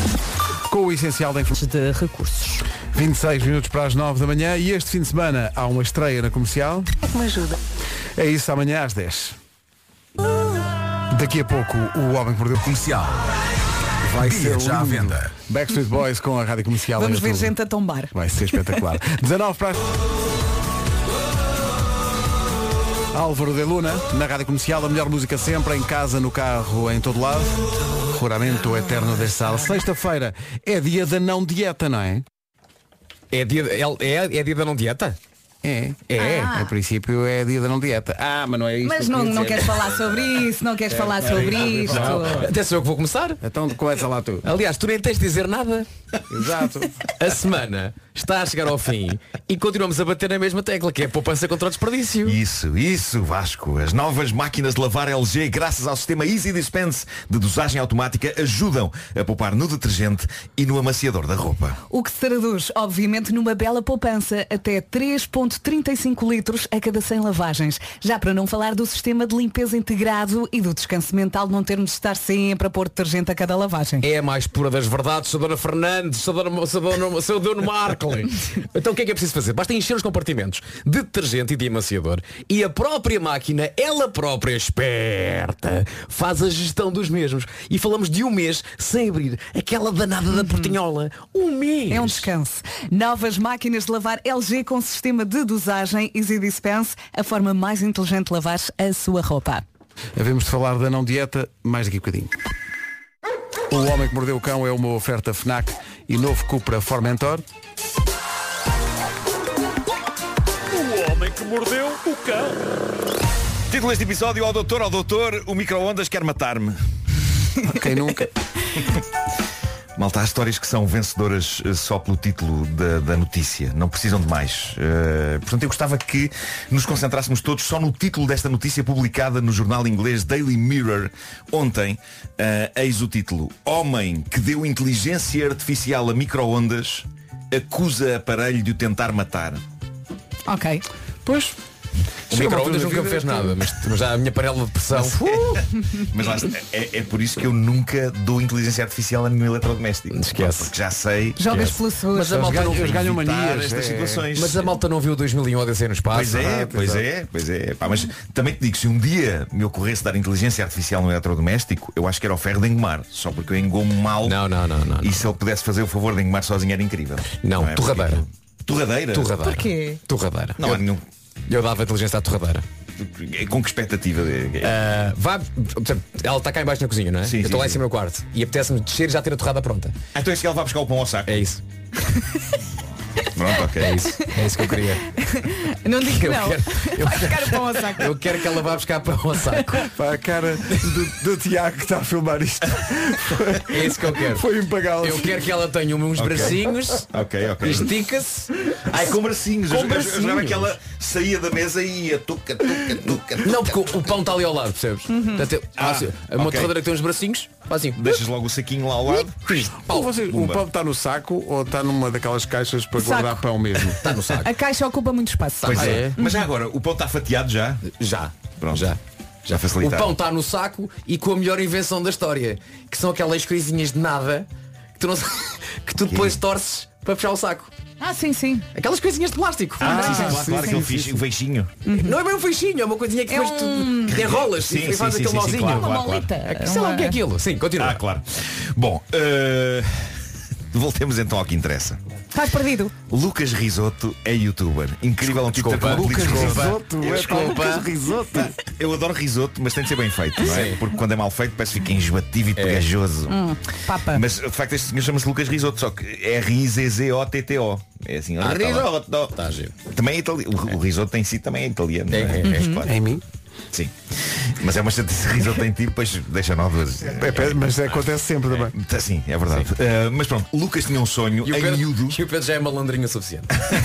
com o essencial da informação de recursos. vinte e seis minutos para as nove da manhã e este fim de semana há uma estreia na comercial. É que me ajuda. É isso, amanhã às dez. Daqui a pouco o Homem que Mordeu Comercial. vai ser já à lindo. venda. Backstreet Boys com a Rádio Comercial. Vamos em ver outubro. gente a tombar. Vai ser espetacular. dezanove para as... Álvaro de Luna, na Rádio Comercial, a melhor música sempre, em casa, no carro, em todo lado. Juramento eterno de sal. Sexta-feira é dia da não dieta, não é? É dia, é, é, é dia da não dieta? É. É. Ah. A princípio é dia da não dieta. Ah, mas não é isto. Mas que eu não, queria não dizer. queres falar sobre isso, não queres falar sobre isto. Até sou eu que vou começar. Então começa lá tu. Aliás, tu nem tens de dizer nada. Exato. A semana está a chegar ao fim e continuamos a bater na mesma tecla, que é a poupança contra o desperdício. Isso, isso, Vasco. As novas máquinas de lavar L G, graças ao sistema Easy Dispense de dosagem automática, ajudam a poupar no detergente e no amaciador da roupa. O que se traduz, obviamente, numa bela poupança, até três vírgula trinta e cinco litros a cada cem lavagens. Já para não falar do sistema de limpeza integrado e do descanso mental de não termos de estar sempre a pôr detergente a cada lavagem. É a mais pura das verdades, sou Dona Fernandes, sou Dona, sou Dona, sou Dona Markley. Então o que é que é preciso fazer? Basta encher os compartimentos de detergente e de amaciador e a própria máquina, ela própria esperta, faz a gestão dos mesmos. E falamos de um mês sem abrir aquela danada da portinhola. Um mês. É um descanso. Novas máquinas de lavar L G com sistema de dosagem Easy Dispense, a forma mais inteligente de lavar a sua roupa. Havemos de falar da não dieta mais daqui a bocadinho. O Homem que Mordeu o Cão é uma oferta FNAC e novo Cupra Formentor. O homem que mordeu o cão. Título deste episódio: ao doutor, ao doutor, o micro-ondas quer matar-me. Quem nunca? Malta, há histórias que são vencedoras uh, só pelo título da, da notícia. Não precisam de mais. Uh, portanto, eu gostava que nos concentrássemos todos só no título desta notícia publicada no jornal inglês Daily Mirror ontem. Uh, eis o título: Homem que deu inteligência artificial a micro-ondas acusa aparelho de o tentar matar. Ok. Pois. O O micro-ondas nunca me fez nada, mas, mas já a minha panela de pressão. Mas lá, é, é por isso que eu nunca dou inteligência artificial a nenhum eletrodoméstico. Esquece. Porque já sei. Jogas esquece. pelo seguro. Mas a malta não Eles ganham Evitar manias. estas é. situações. Mas a malta não viu dois mil e um Odisseia no espaço. Pois é, Ah, pois exato. é, pois é. Pá, mas também te digo, se um dia me ocorresse dar inteligência artificial no eletrodoméstico, eu acho que era o ferro de engomar. Só porque eu engomo mal. Não, não, não, não. E se ele pudesse fazer o favor de engomar sozinho era incrível. Não, é? torradeira. Porque- Torradeira? Torradeira. Porquê? Torradeira. Não há nenhum. Eu dava inteligência à torradeira. Com que expectativa? De... Uh, vá, portanto, ela está cá embaixo na cozinha, não é? Sim, eu sim, estou lá em sim. cima do quarto e apetece-me descer e já ter a torrada pronta. Ah, então é que ela vai buscar o pão ao saco. É isso. Pronto, ok. É isso. É isso que eu queria. Não digo que Eu não. quero- eu Vai ficar o pão ao saco. Eu quero que ela vá buscar pão ao saco. Pá, a cara do, do Tiago que está a filmar isto É isso que eu quero. foi impagável. Eu quero que ela tenha uns Ok. bracinhos, Ok, ok. estica-se. Ai, com bracinhos. Com eu, eu- eu bracinhos. jurava que ela saía da mesa e ia tuca, tuca, tuca. Não, porque o, o pão está ali ao lado, percebes? Portanto, eu- Ah, assim, uma ok. torradeira que tem uns bracinhos, faz assim. Deixas logo o saquinho lá ao lado. Ou vocês, o Pumba. pão está no saco ou está numa daquelas caixas para Saco. guardar pão mesmo? Está no saco. A caixa ocupa muito espaço. Pois Ah, é. é? Mas já agora, o pão está fatiado já? Já. Pronto. Já. Já O facilitado. pão está no saco e com a melhor invenção da história, que são aquelas coisinhas de nada que tu, não, que tu depois torces para puxar o saco. Ah, sim, sim. Aquelas coisinhas de plástico. Ah, sim, sim, Ah, claro, sim, claro, sim, aquele sim, fixe- o feixinho. Não é bem um feixinho, é uma coisinha que É depois um- tu te enrolas Sim, e sim, faz sim, aquele sim, sim, nozinho. claro, Uma claro, claro. molita. É que sei lá o que é aquilo. Sim, continua. Ah, claro. Bom, eh, voltemos então ao que interessa. Estás perdido. Lucas Risotto é youtuber. Incrível, um tipo de Desculpa. apelido Lucas Risotto. Risoto, é Desculpa. Lucas Risoto. Eu adoro risoto, mas tem de ser bem feito, não é? Porque quando é mal feito parece que fica enjoativo e pegajoso. Papa. Mas de facto este senhor chama-se Lucas Risotto, só que é R I Z Z O T T O. É assim, Ah, tá risotto. Tá giro. Também é italiano. O, o risoto em si também é italiano. É, não é? é, é. Claro. Em mim? Sim. Mas é uma chatice risoto em ti, depois deixa novas. É, é, mas acontece sempre também. Tá, sim, é verdade. Uh, mas pronto, Lucas tinha um sonho E o em Pedro, miúdo. e o Pedro já é malandrinho o suficiente.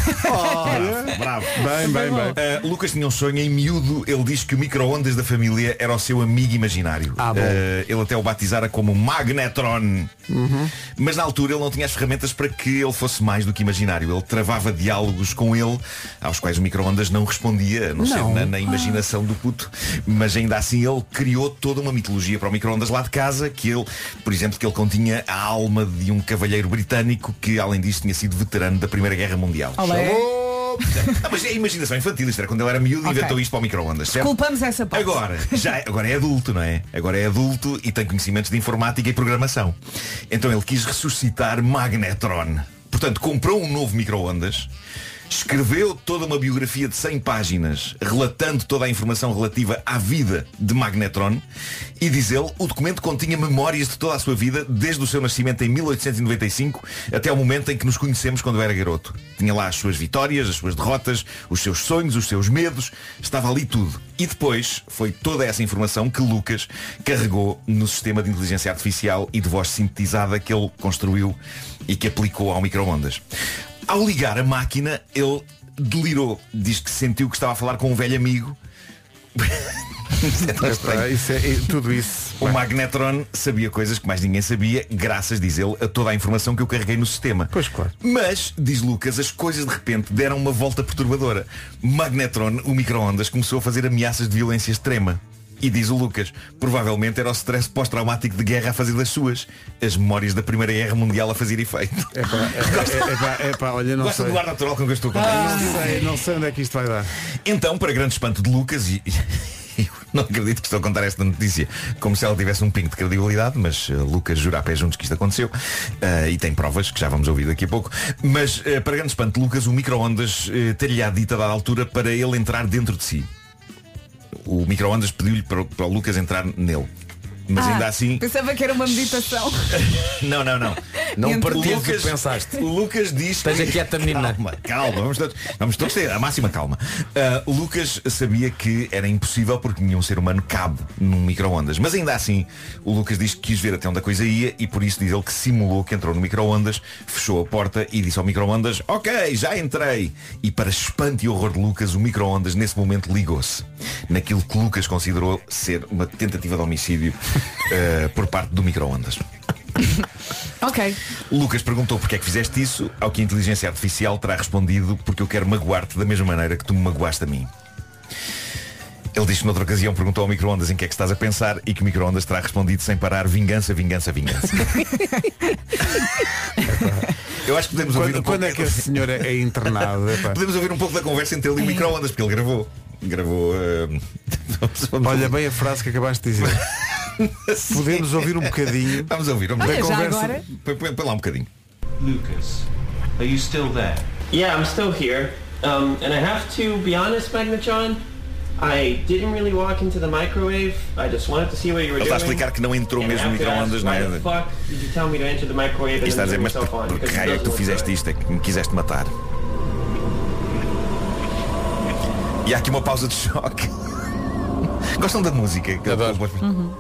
Bravo, bravo. Bem, bem, bem. Uh, Lucas tinha um sonho em miúdo. Ele diz que o micro-ondas da família era o seu amigo imaginário. Ah, bom. Uh, ele até o batizara como Magnetron. Mas na altura ele não tinha as ferramentas para que ele fosse mais do que imaginário. Ele travava diálogos com ele, aos quais o micro-ondas não respondia, a não, ser Não. na, na imaginação do puto. Mas ainda assim ele criou toda uma mitologia para o micro-ondas lá de casa, que ele, por exemplo, que ele continha a alma de um cavalheiro britânico que, além disso, tinha sido veterano da Primeira Guerra Mundial. Olé. Ah, mas é imaginação infantil, isto era quando ele era miúdo e Ok. inventou isto para o micro-ondas, certo? Culpamos essa parte. Agora, já, é- agora é adulto, não é? Agora é adulto e tem conhecimentos de informática e programação. Então ele quis ressuscitar Magnetron. Portanto, comprou um novo micro-ondas, escreveu toda uma biografia de cem páginas relatando toda a informação relativa à vida de Magnetron e, diz ele, o documento continha memórias de toda a sua vida desde o seu nascimento em mil oitocentos e noventa e cinco até o momento em que nos conhecemos quando eu era garoto. Tinha lá as suas vitórias, as suas derrotas, os seus sonhos, os seus medos, estava ali tudo. E depois foi toda essa informação que Lucas carregou no sistema de inteligência artificial e de voz sintetizada que ele construiu e que aplicou ao micro-ondas. Ao ligar a máquina, ele delirou. Diz que sentiu que estava a falar com um velho amigo. Isto é tão estranho. Ah, isso é, é- tudo isso. O Magnetron sabia coisas que mais ninguém sabia, graças, diz ele, a toda a informação que eu carreguei no sistema. Pois, claro. Mas, diz Lucas, as coisas de repente deram uma volta perturbadora. Magnetron, o micro-ondas, começou a fazer ameaças de violência extrema. E diz o Lucas, provavelmente era o stress pós-traumático de guerra a fazer das suas, as memórias da Primeira Guerra Mundial a fazer efeito. É pá, é, é, é, pá, é pá, olha, não Gosta sei. do ar natural com que eu estou a contar. Não sei, não sei onde é que isto vai dar. Então, para grande espanto de Lucas, e eu não acredito que estou a contar esta notícia como se ela tivesse um pingo de credibilidade, mas uh, Lucas jura a pé juntos que isto aconteceu, uh, e tem provas que já vamos ouvir daqui a pouco. Mas, uh, para grande espanto de Lucas, o micro-ondas uh, ter-lhe-á dito a dada altura para ele entrar dentro de si. O micro-ondas pediu-lhe para, o- para o Lucas entrar nele. Mas Ah, ainda assim. Pensava que era uma meditação. Não, não, não. Não Entre partilho o Lucas- que pensaste. O Lucas diz Esteja que... quieta, menina. Calma, calma, vamos todos, vamos todos ter a máxima calma. Uh, o Lucas sabia que era impossível porque nenhum ser humano cabe num micro-ondas. Mas ainda assim, o Lucas diz que quis ver até onde a coisa ia e por isso diz ele que simulou que entrou no micro-ondas, fechou a porta e disse ao micro-ondas: ok, já entrei. E para espanto e horror de Lucas, o micro-ondas nesse momento ligou-se naquilo que Lucas considerou ser uma tentativa de homicídio uh, por parte do micro-ondas. Ok. O Lucas perguntou porque é que fizeste isso, ao que a inteligência artificial terá respondido: porque eu quero magoar-te da mesma maneira que tu me magoaste a mim. Ele diz que noutra ocasião perguntou ao micro-ondas em que é que estás a pensar e que o micro-ondas terá respondido sem parar: vingança, vingança, vingança. Eu acho que podemos ouvir Quando, um quando pouco... é que a senhora é internada? Epá. Podemos ouvir um pouco da conversa entre ele e o micro-ondas, porque ele gravou. Gravou. Uh... Olha bem a frase que acabaste de dizer. Podemos ouvir um bocadinho. Vamos ouvir, vamos Olha, ver. já conversa. agora. Põe, põe, põe lá um bocadinho. Lucas, are you still there? Yeah, I'm still here. Um, and I have to be honest, Magnetron, I didn't really walk into the microwave. I just wanted to see what you were Ele está a doing. explicar que não entrou And mesmo no I have to ask, micro-ondas, não why é? the fuck did you tell me to enter the microwave E and está a then dizer, turn mas yourself por, on? por Because que it raio é que tu doesn't look fizeste good. isto? É que me quiseste matar. E há aqui uma pausa de choque. Gostam da música? Adoro. Uhum.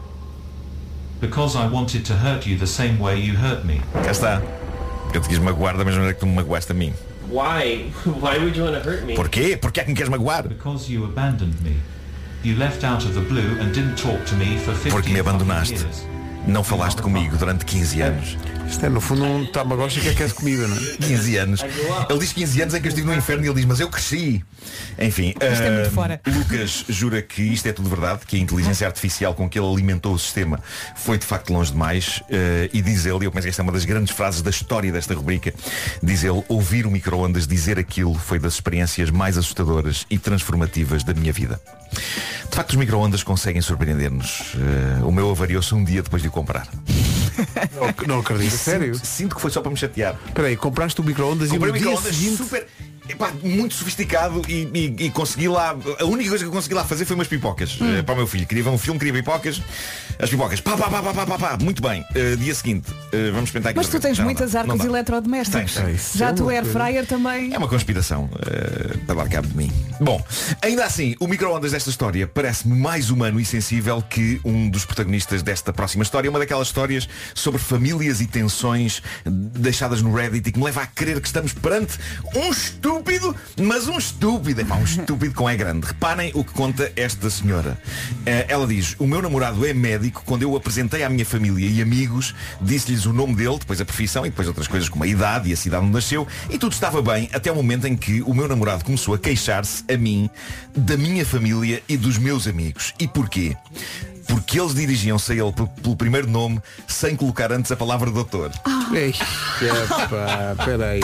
Because I wanted to hurt you the same way you hurt me. Cá está. Porque eu te quis magoar da mesma maneira que tu me magoaste a mim. Why? Why would you want to hurt me? Porquê? Porquê é que me queres magoar? Because you abandoned me. You left out of the blue and didn't talk to me for Porque me fifteen abandonaste. years. Não falaste comigo durante quinze anos. Isto é no fundo um Tamagotchi que é que é de comida, não é? quinze anos. Ele diz quinze anos em que eu estive no inferno e ele diz, mas eu cresci. Enfim, Isto é muito ah, fora. Lucas jura que isto é tudo verdade, que a inteligência artificial com que ele alimentou o sistema foi de facto longe demais. ah, e diz ele, eu penso que esta é uma das grandes frases da história desta rubrica, diz ele, ouvir o micro-ondas dizer aquilo foi das experiências mais assustadoras e transformativas da minha vida. De facto, os micro-ondas conseguem surpreender-nos. Ah, o meu avariou-se um dia depois de o comprar. Não, não acredito. Sério? Sinto, sinto que foi só para me chatear. Espera aí, compraste o micro-ondas e Comprei no um dia micro-ondas seguinte... super, epá, muito sofisticado e, e, e consegui lá. A única coisa que eu consegui lá fazer foi umas pipocas Hum. eh, para o meu filho. Queria ver um filme, queria pipocas. As pipocas, pá, pá, pá, pá, pá, pá, pá. Muito bem. Uh, dia seguinte, uh, vamos experimentar aqui. Mas tu outra vez. tens Já não muitas dá. arcos Não dá. eletrodomésticos. Tens, tens. Já é tu uma air coisa. fryer também. É uma conspiração uh, para dar cabo de mim. Bom, ainda assim, o micro-ondas desta história parece-me mais humano e sensível que um dos protagonistas desta próxima história. Uma daquelas histórias sobre famílias e tensões deixadas no Reddit e que me leva a crer que estamos perante um estúpido, mas um estúpido. Epá, um estúpido com é grande. Reparem o que conta esta senhora. Uh, ela diz, o meu namorado é médico. Quando eu o apresentei à minha família e amigos, disse-lhes o nome dele, depois a profissão e depois outras coisas como a idade e a cidade onde nasceu, e tudo estava bem até o momento em que o meu namorado começou a queixar-se a mim, da minha família e dos meus amigos. E porquê? Porque eles dirigiam-se a ele pelo, pelo primeiro nome sem colocar antes a palavra doutor. Ei, epá, espera aí.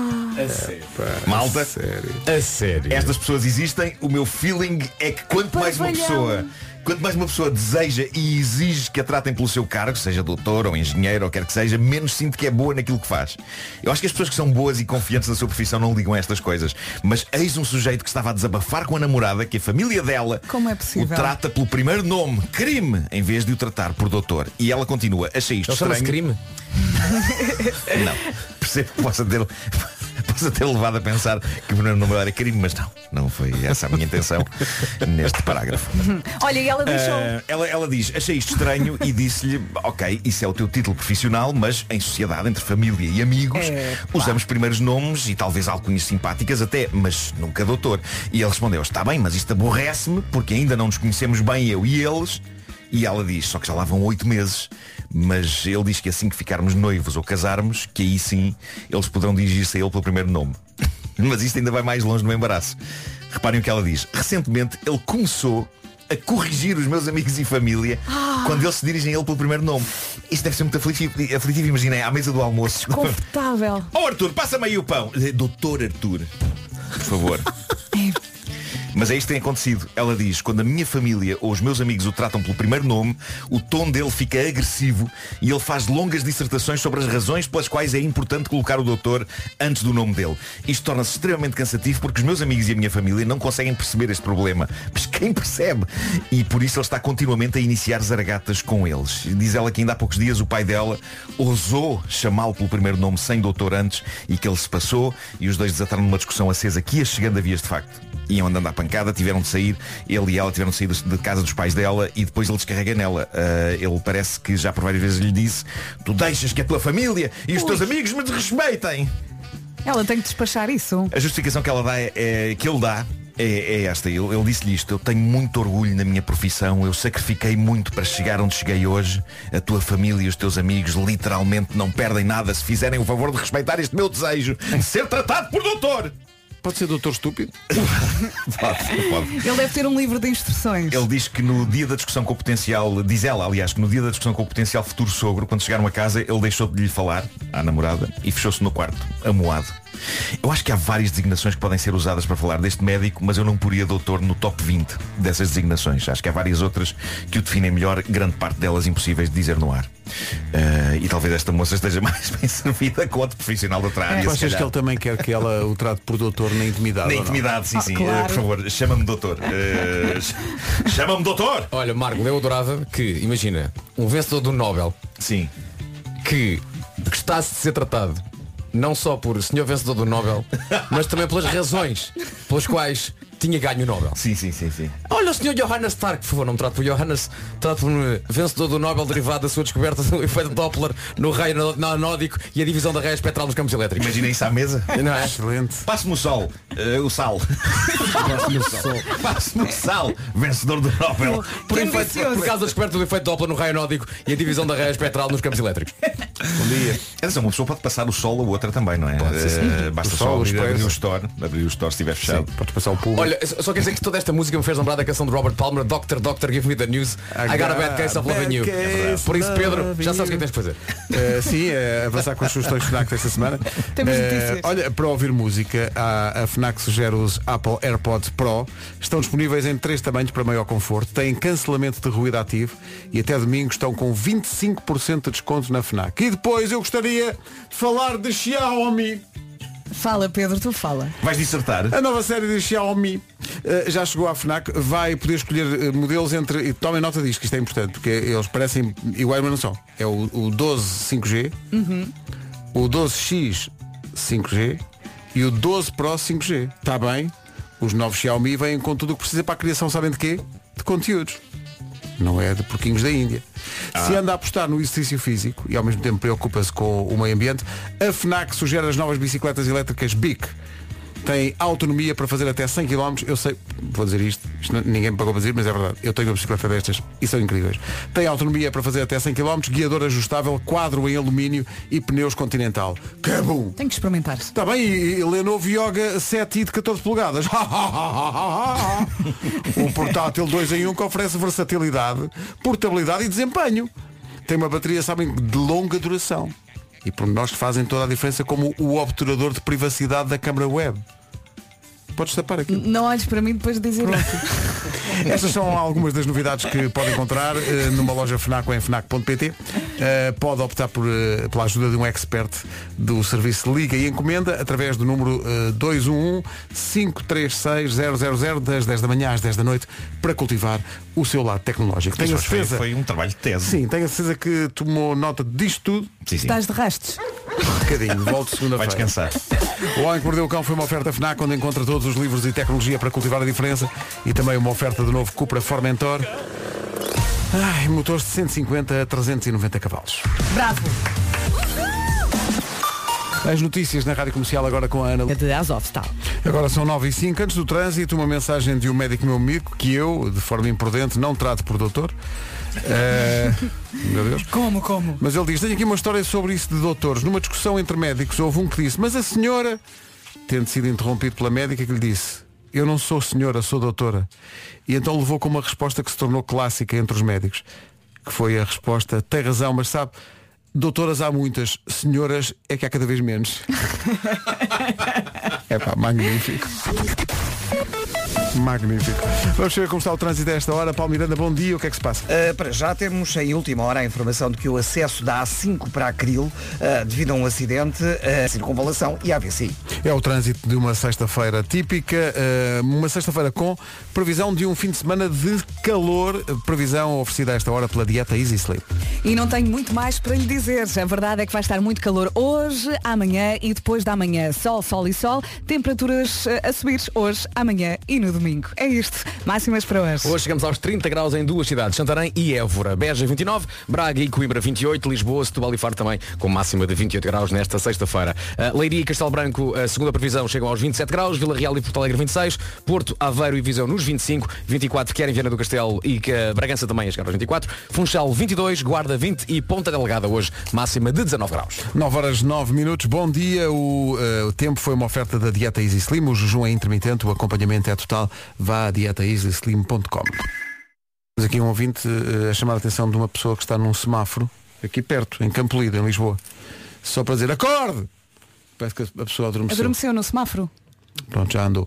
Malta, a sério. A sério. estas pessoas existem. O meu feeling é que quanto mais uma pessoa Quanto mais uma pessoa deseja e exige que a tratem pelo seu cargo, seja doutor ou engenheiro ou quer que seja, menos sinto que é boa naquilo que faz. Eu acho que as pessoas que são boas e confiantes na sua profissão não ligam a estas coisas. Mas eis um sujeito que estava a desabafar com a namorada que a família dela Como é o possível? trata pelo primeiro nome, crime, em vez de o tratar por doutor. E ela continua, achei isto Ele chama-se estranho. crime. Não, percebo que possa ter, possa ter levado a pensar que o primeiro nome era crime, mas não, não foi essa a minha intenção neste parágrafo. Olha, e ela deixou. Uh, ela, ela diz, achei isto estranho e disse-lhe, ok, isso é o teu título profissional, mas em sociedade, entre família e amigos, É, usamos primeiros nomes e talvez alcunhas simpáticas até, mas nunca doutor. E ele respondeu, está bem, mas isto aborrece-me porque ainda não nos conhecemos bem, eu e eles. E ela diz, só que já lá vão oito meses. Mas ele diz que assim que ficarmos noivos ou casarmos, que aí sim eles poderão dirigir-se a ele pelo primeiro nome. Mas isto ainda vai mais longe no embaraço. Reparem o que ela diz. Recentemente ele começou a corrigir os meus amigos e família Ah. quando eles se dirigem a ele pelo primeiro nome. Isto deve ser muito aflitivo, aflitivo, imaginei, à mesa do almoço. Confortável. Oh Arthur, passa-me aí o pão. Doutor Arthur, por favor. Mas é isto que tem acontecido. Ela diz, quando a minha família ou os meus amigos o tratam pelo primeiro nome, o tom dele fica agressivo e ele faz longas dissertações sobre as razões pelas quais é importante colocar o doutor antes do nome dele. Isto torna-se extremamente cansativo porque os meus amigos e a minha família não conseguem perceber este problema. Mas quem percebe? E por isso ele está continuamente a iniciar zaragatas com eles. Diz ela que ainda há poucos dias o pai dela ousou chamá-lo pelo primeiro nome sem doutor antes e que ele se passou e os dois desataram numa discussão acesa que ia chegando a vias de facto. Iam andando à pancada, tiveram de sair, ele e ela tiveram de sair de casa dos pais dela e depois ele descarrega nela. Uh, ele parece que já por várias vezes lhe disse, tu deixas que a tua família e os Ui. teus amigos me desrespeitem. Ela tem que despachar isso. A justificação que ela dá é, é- que ele dá é, é esta. Ele, ele disse-lhe isto, eu tenho muito orgulho na minha profissão, eu sacrifiquei muito para chegar onde cheguei hoje. A tua família e os teus amigos literalmente não perdem nada se fizerem o favor de respeitar este meu desejo de ser tratado por doutor. Pode ser doutor estúpido? Pode, pode. Ele deve ter um livro de instruções. Ele diz que no dia da discussão com o potencial, diz ela, aliás, que no dia da discussão com o potencial futuro sogro, quando chegaram a casa, ele deixou de lhe falar à namorada e fechou-se no quarto, amuado. Eu acho que há várias designações que podem ser usadas para falar deste médico, mas eu não poria doutor no top vinte dessas designações. Acho que há várias outras que o definem melhor, grande parte delas impossíveis de dizer no ar. Uh, e talvez esta moça esteja mais bem servida com outro profissional da outra área. Tu achas que ele também quer que ela o trate por doutor na intimidade? Na intimidade, sim, Ah, sim. claro. Uh, por favor, chama-me doutor. Uh, chama-me doutor! Olha, Marco, eu adorava que, imagina, um vencedor do Nobel Sim. que gostasse de ser tratado não só por senhor vencedor do Nobel, mas também pelas razões pelas quais tinha ganho o Nobel. Sim, sim, sim, sim. Olha o senhor Johannes Stark, por favor, não me trate por Johannes, trate por um vencedor do Nobel derivado da sua descoberta do efeito Doppler no raio anódico e a divisão da raia espectral nos campos elétricos. Imagina isso à mesa. Não é? Excelente. Passe-me o sol. Uh, o sal. Passe-me o sol. Passe-me o sal. Vencedor do Nobel. Por, efeito, por causa da descoberta do efeito Doppler no raio anódico e a divisão da raia espectral nos campos elétricos. Bom dia. Atenção, uma pessoa pode passar o sol a outra também, não é? Pode ser, sim. Uh, basta O só sol, o abrir, expresso. abrir o store. Abrir o store se estiver fechado. Sim, podes passar o público. Olha, só quer dizer que toda esta música me fez lembrar da canção de Robert Palmer, Doctor Doctor Give Me the News, I got a bad case of loving you. É Por isso, Pedro, já sabes o que é que tens de fazer. Uh, sim, é avançar com as sugestões FNAC desta semana. Temos Uh, notícias. olha, para ouvir música, a, a FNAC sugere os Apple AirPods Pro. Estão disponíveis em três tamanhos para maior conforto. Têm cancelamento de ruído ativo e até domingo estão com vinte e cinco por cento de desconto na FNAC. E depois eu gostaria de falar de Xiaomi. Fala, Pedro, tu fala. Vais dissertar? A nova série de Xiaomi uh, já chegou à FNAC. Vai poder escolher uh, modelos entre... E tomem nota disto, que isto é importante, porque eles parecem iguais, mas não são. É o, o doze cinco G, Uhum. o doze X cinco G e o doze Pro cinco G. Está bem? Os novos Xiaomi vêm com tudo o que precisa para a criação, sabem de quê? De conteúdos. Não é de porquinhos da Índia. Ah. Se anda a apostar no exercício físico e ao mesmo tempo preocupa-se com o meio ambiente, a FNAC sugere as novas bicicletas elétricas B I C. Tem autonomia para fazer até cem quilómetros. Eu sei, vou dizer isto, isto não- ninguém me pagou para dizer, mas é verdade. Eu tenho uma bicicleta destas e são incríveis. Tem autonomia para fazer até cem quilómetros, guiador ajustável, quadro em alumínio e pneus Continental. Cabum! Tenho que experimentar. Está bem, e, e Lenovo Yoga sete i de catorze polegadas. Um portátil dois em um que oferece versatilidade, portabilidade e desempenho. Tem uma bateria, sabem, de longa duração. E pormenores que fazem toda a diferença, como o obturador de privacidade da câmara web. Podes tapar aqui. Não olhes para mim depois de dizer isso. Estas são algumas das novidades que pode encontrar eh, numa loja FNAC ou em FNAC ponto pt. Eh, pode optar por, eh, pela ajuda de um expert do serviço Liga e Encomenda através do número eh, dois um um, cinco três seis, zero zero zero das dez da manhã às dez da noite para cultivar o seu lado tecnológico. Tenho a Mas foi, certeza, foi um trabalho de tese. sim, tenho a certeza que tomou nota disto tudo. Sim, sim. Estás de rastos. Um bocadinho, volto Vai segunda-feira. descansar. O Homem que Mordeu o Cão foi uma oferta FNAC onde encontra todos os livros e tecnologia para cultivar a diferença e também uma oferta do novo Cupra Formentor. Ai, motores de cento e cinquenta a trezentos e noventa cavalos. Bravo. As notícias na Rádio Comercial agora com a Ana. De Azovstal. Agora são nove e cinco. Antes do trânsito, uma mensagem de um médico meu amigo que eu, de forma imprudente, não trato por doutor. Eh, meu Deus. Como, como? Mas ele diz, tenho aqui uma história sobre isso de doutores. Numa discussão entre médicos, houve um que disse, mas a senhora, tendo sido interrompido pela médica, que lhe disse, eu não sou senhora, sou doutora. E então levou com uma resposta que se tornou clássica entre os médicos, que foi a resposta, tem razão, mas sabe, doutoras há muitas, senhoras é que há cada vez menos. É pá, magnífico. Magnífico. Vamos ver como está o trânsito a esta hora. Paulo Miranda, bom dia. O que é que se passa? Uh, para já temos em última hora a informação de que o acesso da A cinco para a Cril, uh, devido a um acidente, a circunvalação e a A V C. É o trânsito de uma sexta-feira típica, uh, uma sexta-feira com previsão de um fim de semana de calor, previsão oferecida a esta hora pela dieta Easy Sleep. E não tenho muito mais para lhe dizer. A verdade é que vai estar muito calor hoje, amanhã e depois da manhã. Sol, sol e sol. Temperaturas eh, a subir hoje, amanhã e no domingo. domingo. É isto. Máximas para hoje. Hoje chegamos aos trinta graus em duas cidades, Santarém e Évora. Beja vinte e nove, Braga e Coimbra vinte e oito, Lisboa, Setúbal e Faro também com máxima de vinte e oito graus nesta sexta-feira. Uh, Leiria e Castelo Branco, a segunda previsão, chegam aos vinte e sete graus, Vila Real e Porto Alegre vinte e seis, Porto, Aveiro e Viseu nos vinte e cinco, vinte e quatro quer em Viana do Castelo e que uh, Bragança também a chegar aos vinte e quatro, Funchal vinte e dois, Guarda vinte e Ponta Delgada hoje máxima de dezanove graus. nove horas nove minutos, bom dia. O, uh, o tempo foi uma oferta da Dieta Easy Slim, o jejum é intermitente, o acompanhamento é total. Vá a dieta easy slim ponto com. Temos aqui um ouvinte uh, a chamar a atenção de uma pessoa que está num semáforo, aqui perto, em Campolide, em Lisboa. Só para dizer, acorde! Parece que a pessoa adormeceu. Adormeceu no semáforo? Pronto, já andou.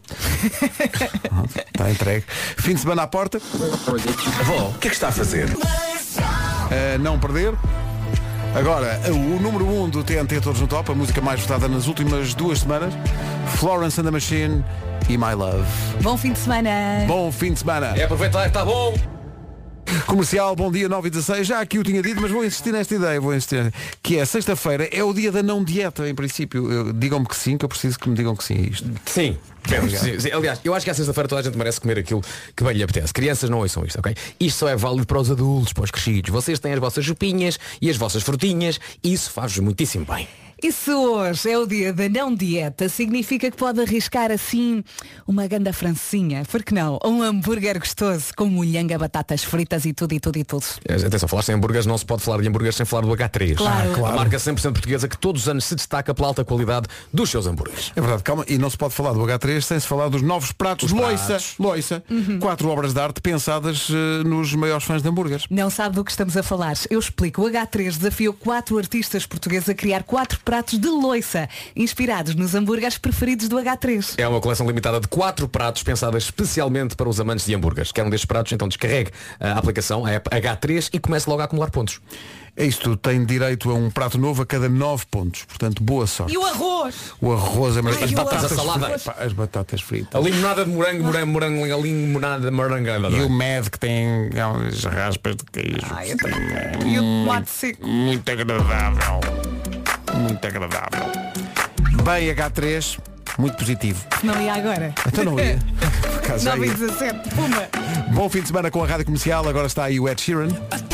Está entregue. Fim de semana à porta. Avó, o que é que está a fazer? Uh, não perder. Agora, o número um do T N T Todos no Top, a música mais votada nas últimas duas semanas, Florence and the Machine e My Love. Bom fim de semana. Bom fim de semana. É aproveitar, está bom. Comercial, bom dia, nove e dezasseis. Já aqui o tinha dito, mas vou insistir nesta ideia, vou insistir. Que é sexta-feira, é o dia da não dieta, em princípio. Eu- Digam-me que sim, que eu preciso que me digam que sim a isto. Sim. Sim, sim. Aliás, eu acho que à sexta-feira toda a gente merece comer aquilo que bem lhe apetece. Crianças não ouçam isto, ok? Isto só é válido para os adultos, para os crescidos. Vocês têm as vossas chupinhas e as vossas frutinhas e isso faz-vos muitíssimo bem. E se hoje é o dia da não dieta, significa que pode arriscar assim uma ganda francesinha, por que não? Um hambúrguer gostoso com molhanga, batatas fritas e tudo e tudo e tudo. Atenção, falaste em hambúrgueres, não se pode falar de hambúrgueres sem falar do H três. Claro. A marca cem por cento portuguesa que todos os anos se destaca pela alta qualidade dos seus hambúrgueres. É verdade, calma, e não se pode falar do H três sem se falar dos novos pratos Os de loiça. pratos. Loiça. Quatro obras de arte pensadas eh, nos maiores fãs de hambúrgueres. Não sabe do que estamos a falar. Eu explico. O H três desafiou quatro artistas portugueses a criar quatro pratos de loiça, inspirados nos hambúrgueres preferidos do H três. É uma coleção limitada de quatro pratos pensadas especialmente para os amantes de hambúrgueres. Quer um destes pratos, então descarregue a aplicação, a app H três e comece logo a acumular pontos. É isto, tem direito a um prato novo a cada nove pontos. Portanto, boa sorte. E o arroz? O arroz é Ai, as e o batatas arroz? A salada. fritas. Pá, As batatas fritas. A limonada de morango, morango, morango, a limonada de morango. E o Med que tem as raspas de queijo. E o tomate seco? Muito agradável. Muito agradável. Bem, H três, muito positivo. Não ia agora. Então não ia. Por acaso já nove e ia. dezassete. Puma. Bom fim de semana com a Rádio Comercial. Agora está aí o Ed Sheeran.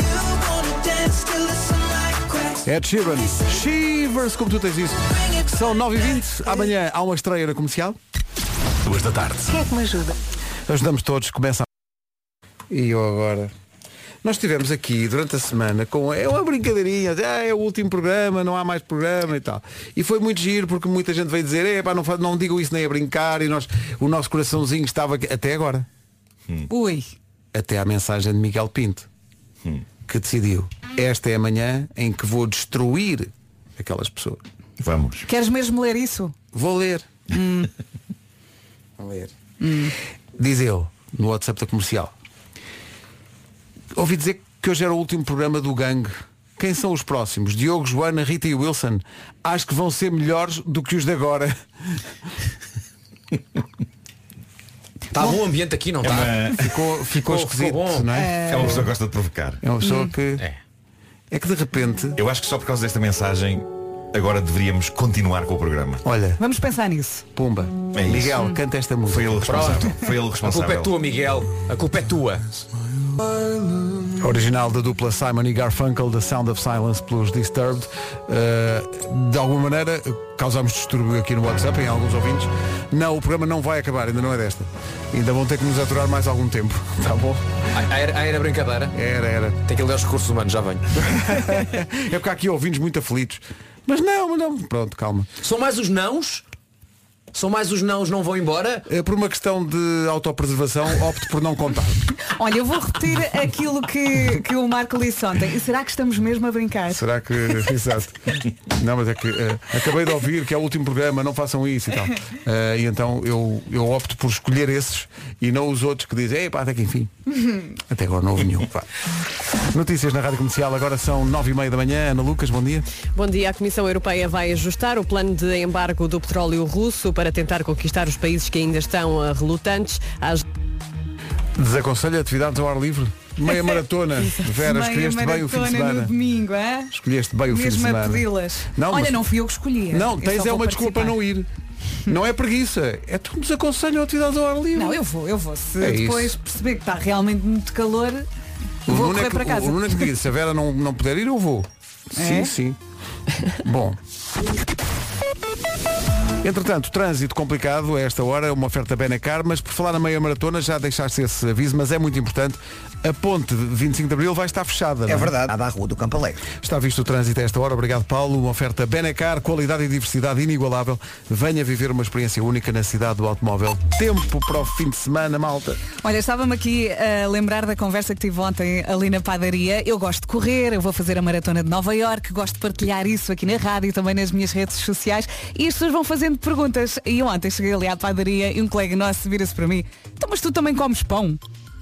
Ed Sheeran. Shivers, como tu tens isso. São nove e vinte. Amanhã há uma estreia na Comercial. Duas da tarde. Quem é que me ajuda? Ajudamos todos. Começa a... E eu agora... Nós estivemos aqui durante a semana com é uma brincadeirinha, ah, é o último programa, não há mais programa e tal. E foi muito giro porque muita gente veio dizer, é pá, não, fa- não digam isso nem a brincar e nós, o nosso coraçãozinho estava aqui, até agora. Ui. Até à mensagem de Miguel Pinto, que decidiu, esta é a manhã em que vou destruir aquelas pessoas. Vamos. Queres mesmo ler isso? Vou ler. Vou ler. Diz ele, no WhatsApp da Comercial. Ouvi dizer que hoje era o último programa do Gangue. Quem são os próximos? Diogo, Joana, Rita e Wilson. Acho que vão ser melhores do que os de agora. Está bom ambiente aqui, não É está? uma, Ficou, ficou esquisito, ficou bom. não é? é uma pessoa que gosta de provocar. É uma pessoa que... É. É que de repente... Eu acho que só por causa desta mensagem agora deveríamos continuar com o programa. Olha, Vamos pensar nisso. pumba. É isso. Miguel, canta esta música. Foi ele responsável. Foi ele A responsável. culpa é tua, Miguel. A culpa é tua. Original da dupla Simon e Garfunkel, The Sound of Silence pelos Disturbed. Uh, de alguma maneira causámos distúrbio aqui no WhatsApp em alguns ouvintes. Não, o programa não vai acabar, ainda não é desta. Ainda vão ter que nos aturar mais algum tempo. Tá bom? Ah, era, ah, era brincadeira? Era, era. Tem que ler os recursos humanos, já venho. É porque há aqui ouvintes muito aflitos. Mas não, mas não. Pronto, calma. São mais os nãos? São mais os nãos não vão embora? É, por uma questão de autopreservação, opto por não contar. Olha, eu vou repetir aquilo que, que o Marco disse ontem. E será que estamos mesmo a brincar? Será que... Exato. Não, mas é que uh, acabei de ouvir que é o último programa, não façam isso e tal. Uh, e então eu, eu opto por escolher esses e não os outros que dizem, pá, até que enfim. Até agora não houve nenhum. Pá. Notícias na Rádio Comercial, agora são nove e meia da manhã. Ana Lucas, bom dia. Bom dia. A Comissão Europeia vai ajustar o plano de embargo do petróleo russo para tentar conquistar os países que ainda estão uh, relutantes. Às... Desaconselho atividades ao ar livre. Meia maratona. Vera, Meia escolheste bem o fim de maratona semana. no domingo, é? Escolheste bem o fim de Mesmo a semana. pedi-las. Não, Olha, mas- não fui eu que escolhi. Não, Eu tens só é vou uma desculpa para participar. não ir. Não é preguiça, é tu nos aconselham atividades ao ar livre. Não, eu vou, eu vou. Se É depois isso. perceber que está realmente muito calor, O vou Nuno correr é que, para casa. o Nuno é que me diz, se a Vera não, não puder ir, eu vou. É? Sim, sim. Bom. Entretanto, trânsito complicado a esta hora, uma oferta Benacar, mas por falar na meia maratona já deixaste esse aviso, mas é muito importante. A ponte de vinte e cinco de Abril vai estar fechada. É não verdade, à Rua do Campo Alegre. Está visto o trânsito a esta hora. Obrigado, Paulo. Uma oferta Benacar, qualidade e diversidade inigualável. Venha viver uma experiência única na cidade do automóvel. Tempo para o fim de semana, malta. Olha, estava-me aqui a lembrar da conversa que tive ontem ali na padaria. Eu gosto de correr, eu vou fazer a maratona de Nova Iorque, gosto de partilhar isso aqui na rádio e também nas minhas redes sociais. E as pessoas vão fazendo perguntas. E ontem cheguei ali à padaria e um colega nosso vira-se para mim: então, mas tu também comes pão?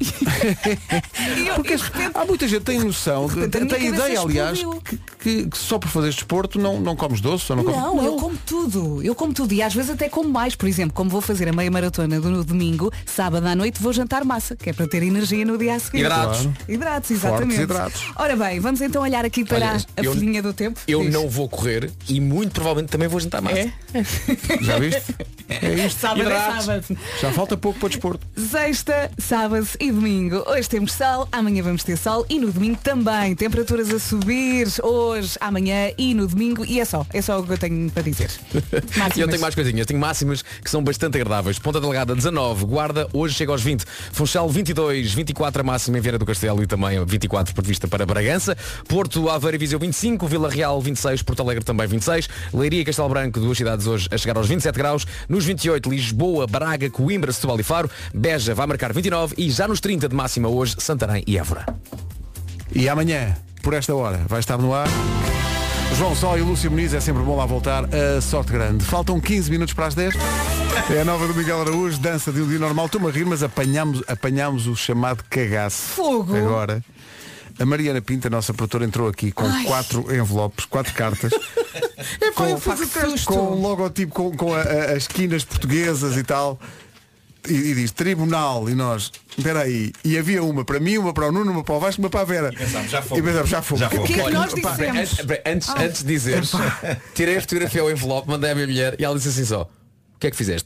E eu, Porque e de repente- há muita gente que tem noção, de- repente a minha tem cabeça ideia, aliás, explodiu. que, que- que só por fazer desporto não, não comes doce ou não comes. Não, eu como tudo, eu como tudo e às vezes até como mais. Por exemplo, como vou fazer a meia maratona do no domingo, sábado à noite vou jantar massa, que é para ter energia no dia a seguir. Hidratos. Claro. Hidratos, exatamente. Fortes hidratos. Ora bem, vamos então olhar aqui para Olha, a eu- folhinha do tempo. Eu Diz. não vou correr e muito provavelmente também vou jantar mais. É? Já viste? É isto. Sábado é Hidratos. sábado. Já falta pouco para o desporto. Sexta, sábado e domingo. Hoje temos sol, amanhã vamos ter sol e no domingo também. Temperaturas a subir hoje, amanhã e no domingo. E é só, é só o que eu tenho para dizer. E Máximas. eu tenho mais coisinhas, tenho máximas que são bastante agradáveis. Ponta Delgada dezanove, Guarda hoje chega aos vinte, Funchal vinte e dois, vinte e quatro a máxima em Vieira do Castelo e também vinte e quatro prevista para Bragança, Porto, Aveiro e Viseu vinte e cinco, Vila Real vinte e seis, Porto Alegre também vinte e seis, Leiria e Castelo Branco, duas cidades hoje a chegar aos vinte e sete graus, nos vinte e oito Lisboa, Braga, Coimbra, Setúbal e Faro, Beja vai marcar vinte e nove e já nos trinta de máxima hoje Santarém e Évora. E amanhã, por esta hora, vai estar no ar João Sol e Lúcio Muniz. É sempre bom lá voltar. A sorte grande. Faltam quinze minutos para as dez. É a nova do Miguel Araújo, dança de um dia normal. Estou-me a rir, mas apanhamos, apanhamos o chamado cagaço. Fogo. Agora, a Mariana Pinta, a nossa produtora, entrou aqui com Ai. quatro envelopes, quatro cartas. com, eu fiz o teste. com um logotipo, com, com a- a- as esquinas portuguesas e tal. E, e diz tribunal. E nós, espera aí. E havia uma para mim, uma para o Nuno, uma para o Vasco, uma para a Vera. E pensámos, já fomos. E pensámos, já fomos. Já fomos. O que é que nós Pá, dissemos? Antes, antes, Ah. antes de dizeres, tirei a fotografia ao envelope, mandei à minha mulher e ela disse assim só: o que é que fizeste?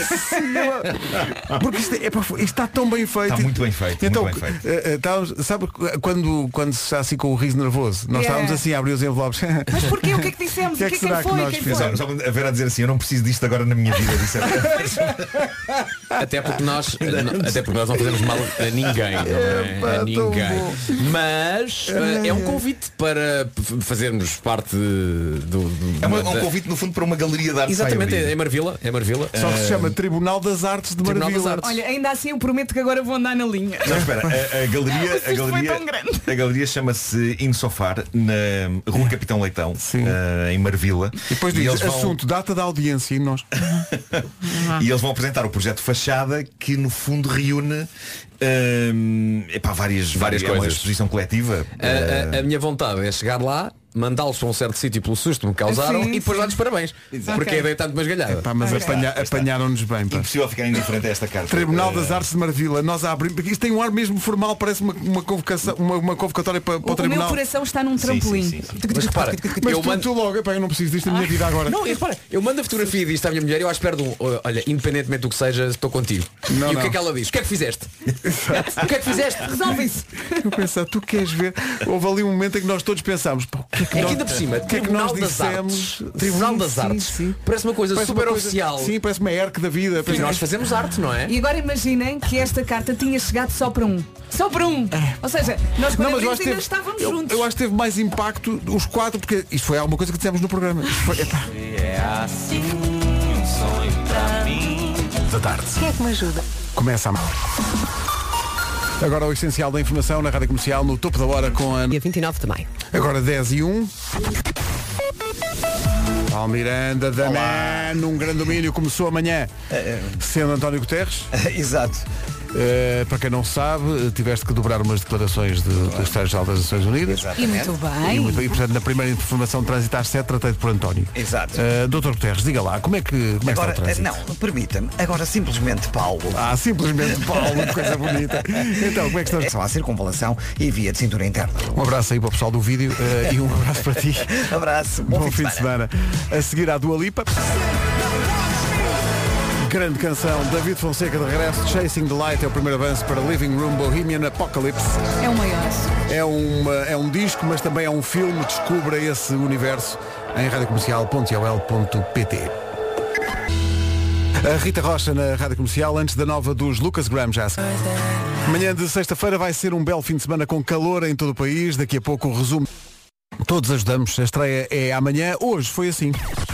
Porque isto, é, pá, isto está tão bem feito. Está muito bem feito, Então, muito bem feito. eh, eh, estávamos- sabe quando, quando se está assim com o riso nervoso? Nós Yeah. estávamos assim a abrir os envelopes. Mas porquê? O que é que dissemos? O que é que quem será que foi? nós Quem fizemos? foi? Só, só a Vera a dizer assim, eu não preciso disto agora na minha vida. Disse ela. Até porque nós n- até porque nós não fazemos mal a ninguém, não é? Epá, A tão ninguém. bom. Mas eh, é um convite para f- fazermos parte do, do- É uma- da- um convite no fundo para uma galeria de arte. Exatamente, Saio. é em Marvila, é Marvila. Só que se chama Tribunal das Artes de Tribunal das Maravilha. Artes. Olha, ainda assim eu prometo que agora vou andar na linha. Não, espera, a, a galeria, a Isto foi galeria, tão grande. a galeria chama-se Insofar, na Rua Capitão Leitão, Sim. eh, em Marvila. E depois diz, eles vão- assunto, data da audiência e nós. E eles vão apresentar o projeto Fachada, que no fundo reúne hum, epá, várias, Várias é uma coisas. exposição coletiva. A, a- a minha vontade é chegar lá, mandá-los para um certo sítio pelo susto que me causaram Sim, e depois sim. dar-lhes parabéns. Exato. Porque Ok. a ideia está muito mais galhada. Pá, mas apanha- apanharam-nos bem. Pá. Impossível ficar indiferente a esta carta. Tribunal Eh, das Artes de Maravilha. Nós abrimos. Isto tem um ar mesmo formal, parece uma, uma, convocação, uma, uma convocatória para, para o, O meu Tribunal. coração está num Sim, trampolim. sim, sim, sim. Mas repara, Mas eu tu, mando. tu logo, epá, eu não preciso disto na minha vida agora. Não, e repara, eu mando a fotografia e disto à minha mulher e eu à espera de um, olha, independentemente do que seja, estou contigo. Não, e o não. que é que ela diz? O que é que fizeste? O que é que fizeste? Resolve isso. Eu pensava, tu queres ver? Houve ali um momento em que nós todos pensámos, pá, o que é que É nós, que ainda por cima, o que é que Tribunal nós das dissemos? Artes. Tribunal Sim, das sim, Artes. sim. Parece uma coisa Parece super uma coisa- oficial. Sim, parece uma ERC da vida. E Parece- nós fazemos arte, não é? E agora imaginem que esta carta tinha chegado só para um. Só para um. Ou seja, nós quando Não, mas eu abrimos acho, que ainda teve, estávamos eu, juntos. eu acho que teve mais impacto os quatro, porque isto foi alguma coisa que dissemos no programa. Isto foi, epá. Da tarde. Quem é que me ajuda? Começa a mal. Agora o essencial da informação na Rádio Comercial, no topo da hora com a... Dia vinte e nove de maio. Agora dez e um. Paulo Miranda, da Man, num grande domínio, começou amanhã, sendo António Guterres. Exato. Uh, para quem não sabe, tiveste que dobrar umas declarações de, do Estado-Geral das Nações Unidas. E muito E, bem. muito bem, e, portanto, na primeira informação de trânsito às sete, tratei-te por António. Exato. Uh, doutor Guterres, diga lá, como é que, como é que Agora, está o trânsito? não, permita-me. Agora simplesmente Paulo. Ah, simplesmente Paulo, que coisa bonita. Então, como é que estás? Só a circunvalação e via de cintura interna. Um abraço aí para o pessoal do vídeo uh, e um abraço para ti. Abraço. Bom, fim de semana. A seguir à Dua Lipa. Grande canção, David Fonseca de regresso, Chasing the Light é o primeiro avanço para Living Room Bohemian Apocalypse. É o maior. É, uma, é um disco, mas também é um filme. Descubra esse universo em radiocomercial ponto i o l ponto p t. A Rita Rocha na Rádio Comercial, antes da nova dos Lucas Graham Jazz. Manhã de sexta-feira vai ser um belo fim de semana com calor em todo o país. Daqui a pouco o resumo. Todos ajudamos. A estreia é amanhã. Hoje foi assim.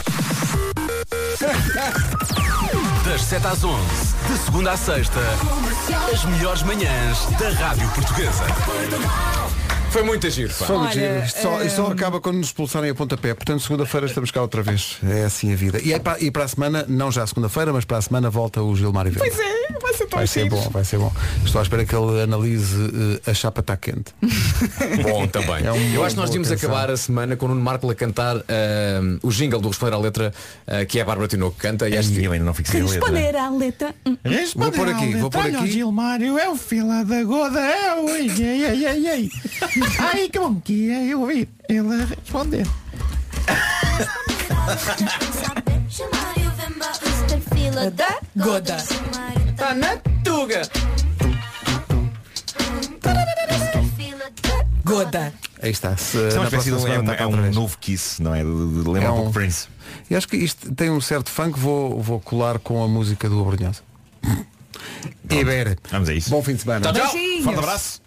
Das sete às onze, de segunda à sexta, as melhores manhãs da Rádio Portuguesa. Foi muito giro, pá. Foi muito Olha, giro. Isto só, isto só acaba quando nos expulsarem a pontapé. Portanto, segunda-feira estamos cá outra vez. É assim a vida. E, é para, e para a semana, não já segunda-feira, mas para a semana volta o Gilmar e Venda. Pois é, vai ser tão Vai ser giro. bom, vai ser bom. Estou à espera que ele analise uh, a chapa está quente. Bom, também. É um Eu bom- acho que nós boa devíamos canção. acabar a semana com o Nuno Marco a cantar ah, o jingle do Responder à Letra, ah, que é a Bárbara Tinoco que canta. E acho que Eu ainda não fixei a letra. Responder à letra. Hum. Vou pôr aqui, vou pôr aqui. Gilmário é o fila da goda, é o ei, ei, ei, ei, ei. Ai, que bom que é eu ouvir ele a responder. Da Goda. Tá na tuga. Goda. Aí está. Se, Isto é uma na espécie de próxima um, é semana um, está cá é outra um vez. novo Kiss, não é? De- de- Lembra É um um- pouco Prince. E acho que isto tem um certo funk. Vou, vou colar com a música do Abrunhosa. E ver. Vamos a isso. Bom fim de semana. Tchau, tchau. Beijinhos. Forte abraço.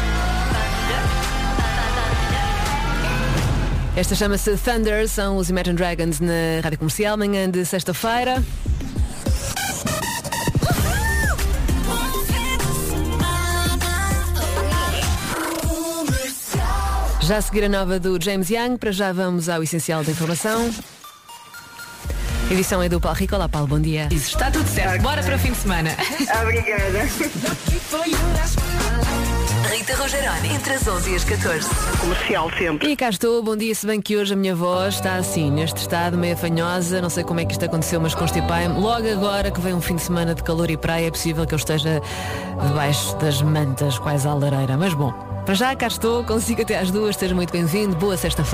Esta chama-se Thunder, são os Imagine Dragons na Rádio Comercial, manhã de sexta-feira. Já a seguir a nova do James Young, para já vamos ao essencial da informação. A edição é do Paulo Rico. Olá, Paulo, bom dia. Isso, está tudo certo. Bora para o fim de semana. Obrigada. Rita Rogeroni, entre as onze e as catorze. Comercial sempre. E cá estou, bom dia, se bem que hoje a minha voz está assim, neste estado, meio afanhosa, não sei como é que isto aconteceu, mas constipei-me. Logo agora que vem um fim de semana de calor e praia, é possível que eu esteja debaixo das mantas, quase à lareira. Mas bom, para já cá estou, consigo até às duas, esteja muito bem-vindo, boa sexta-feira.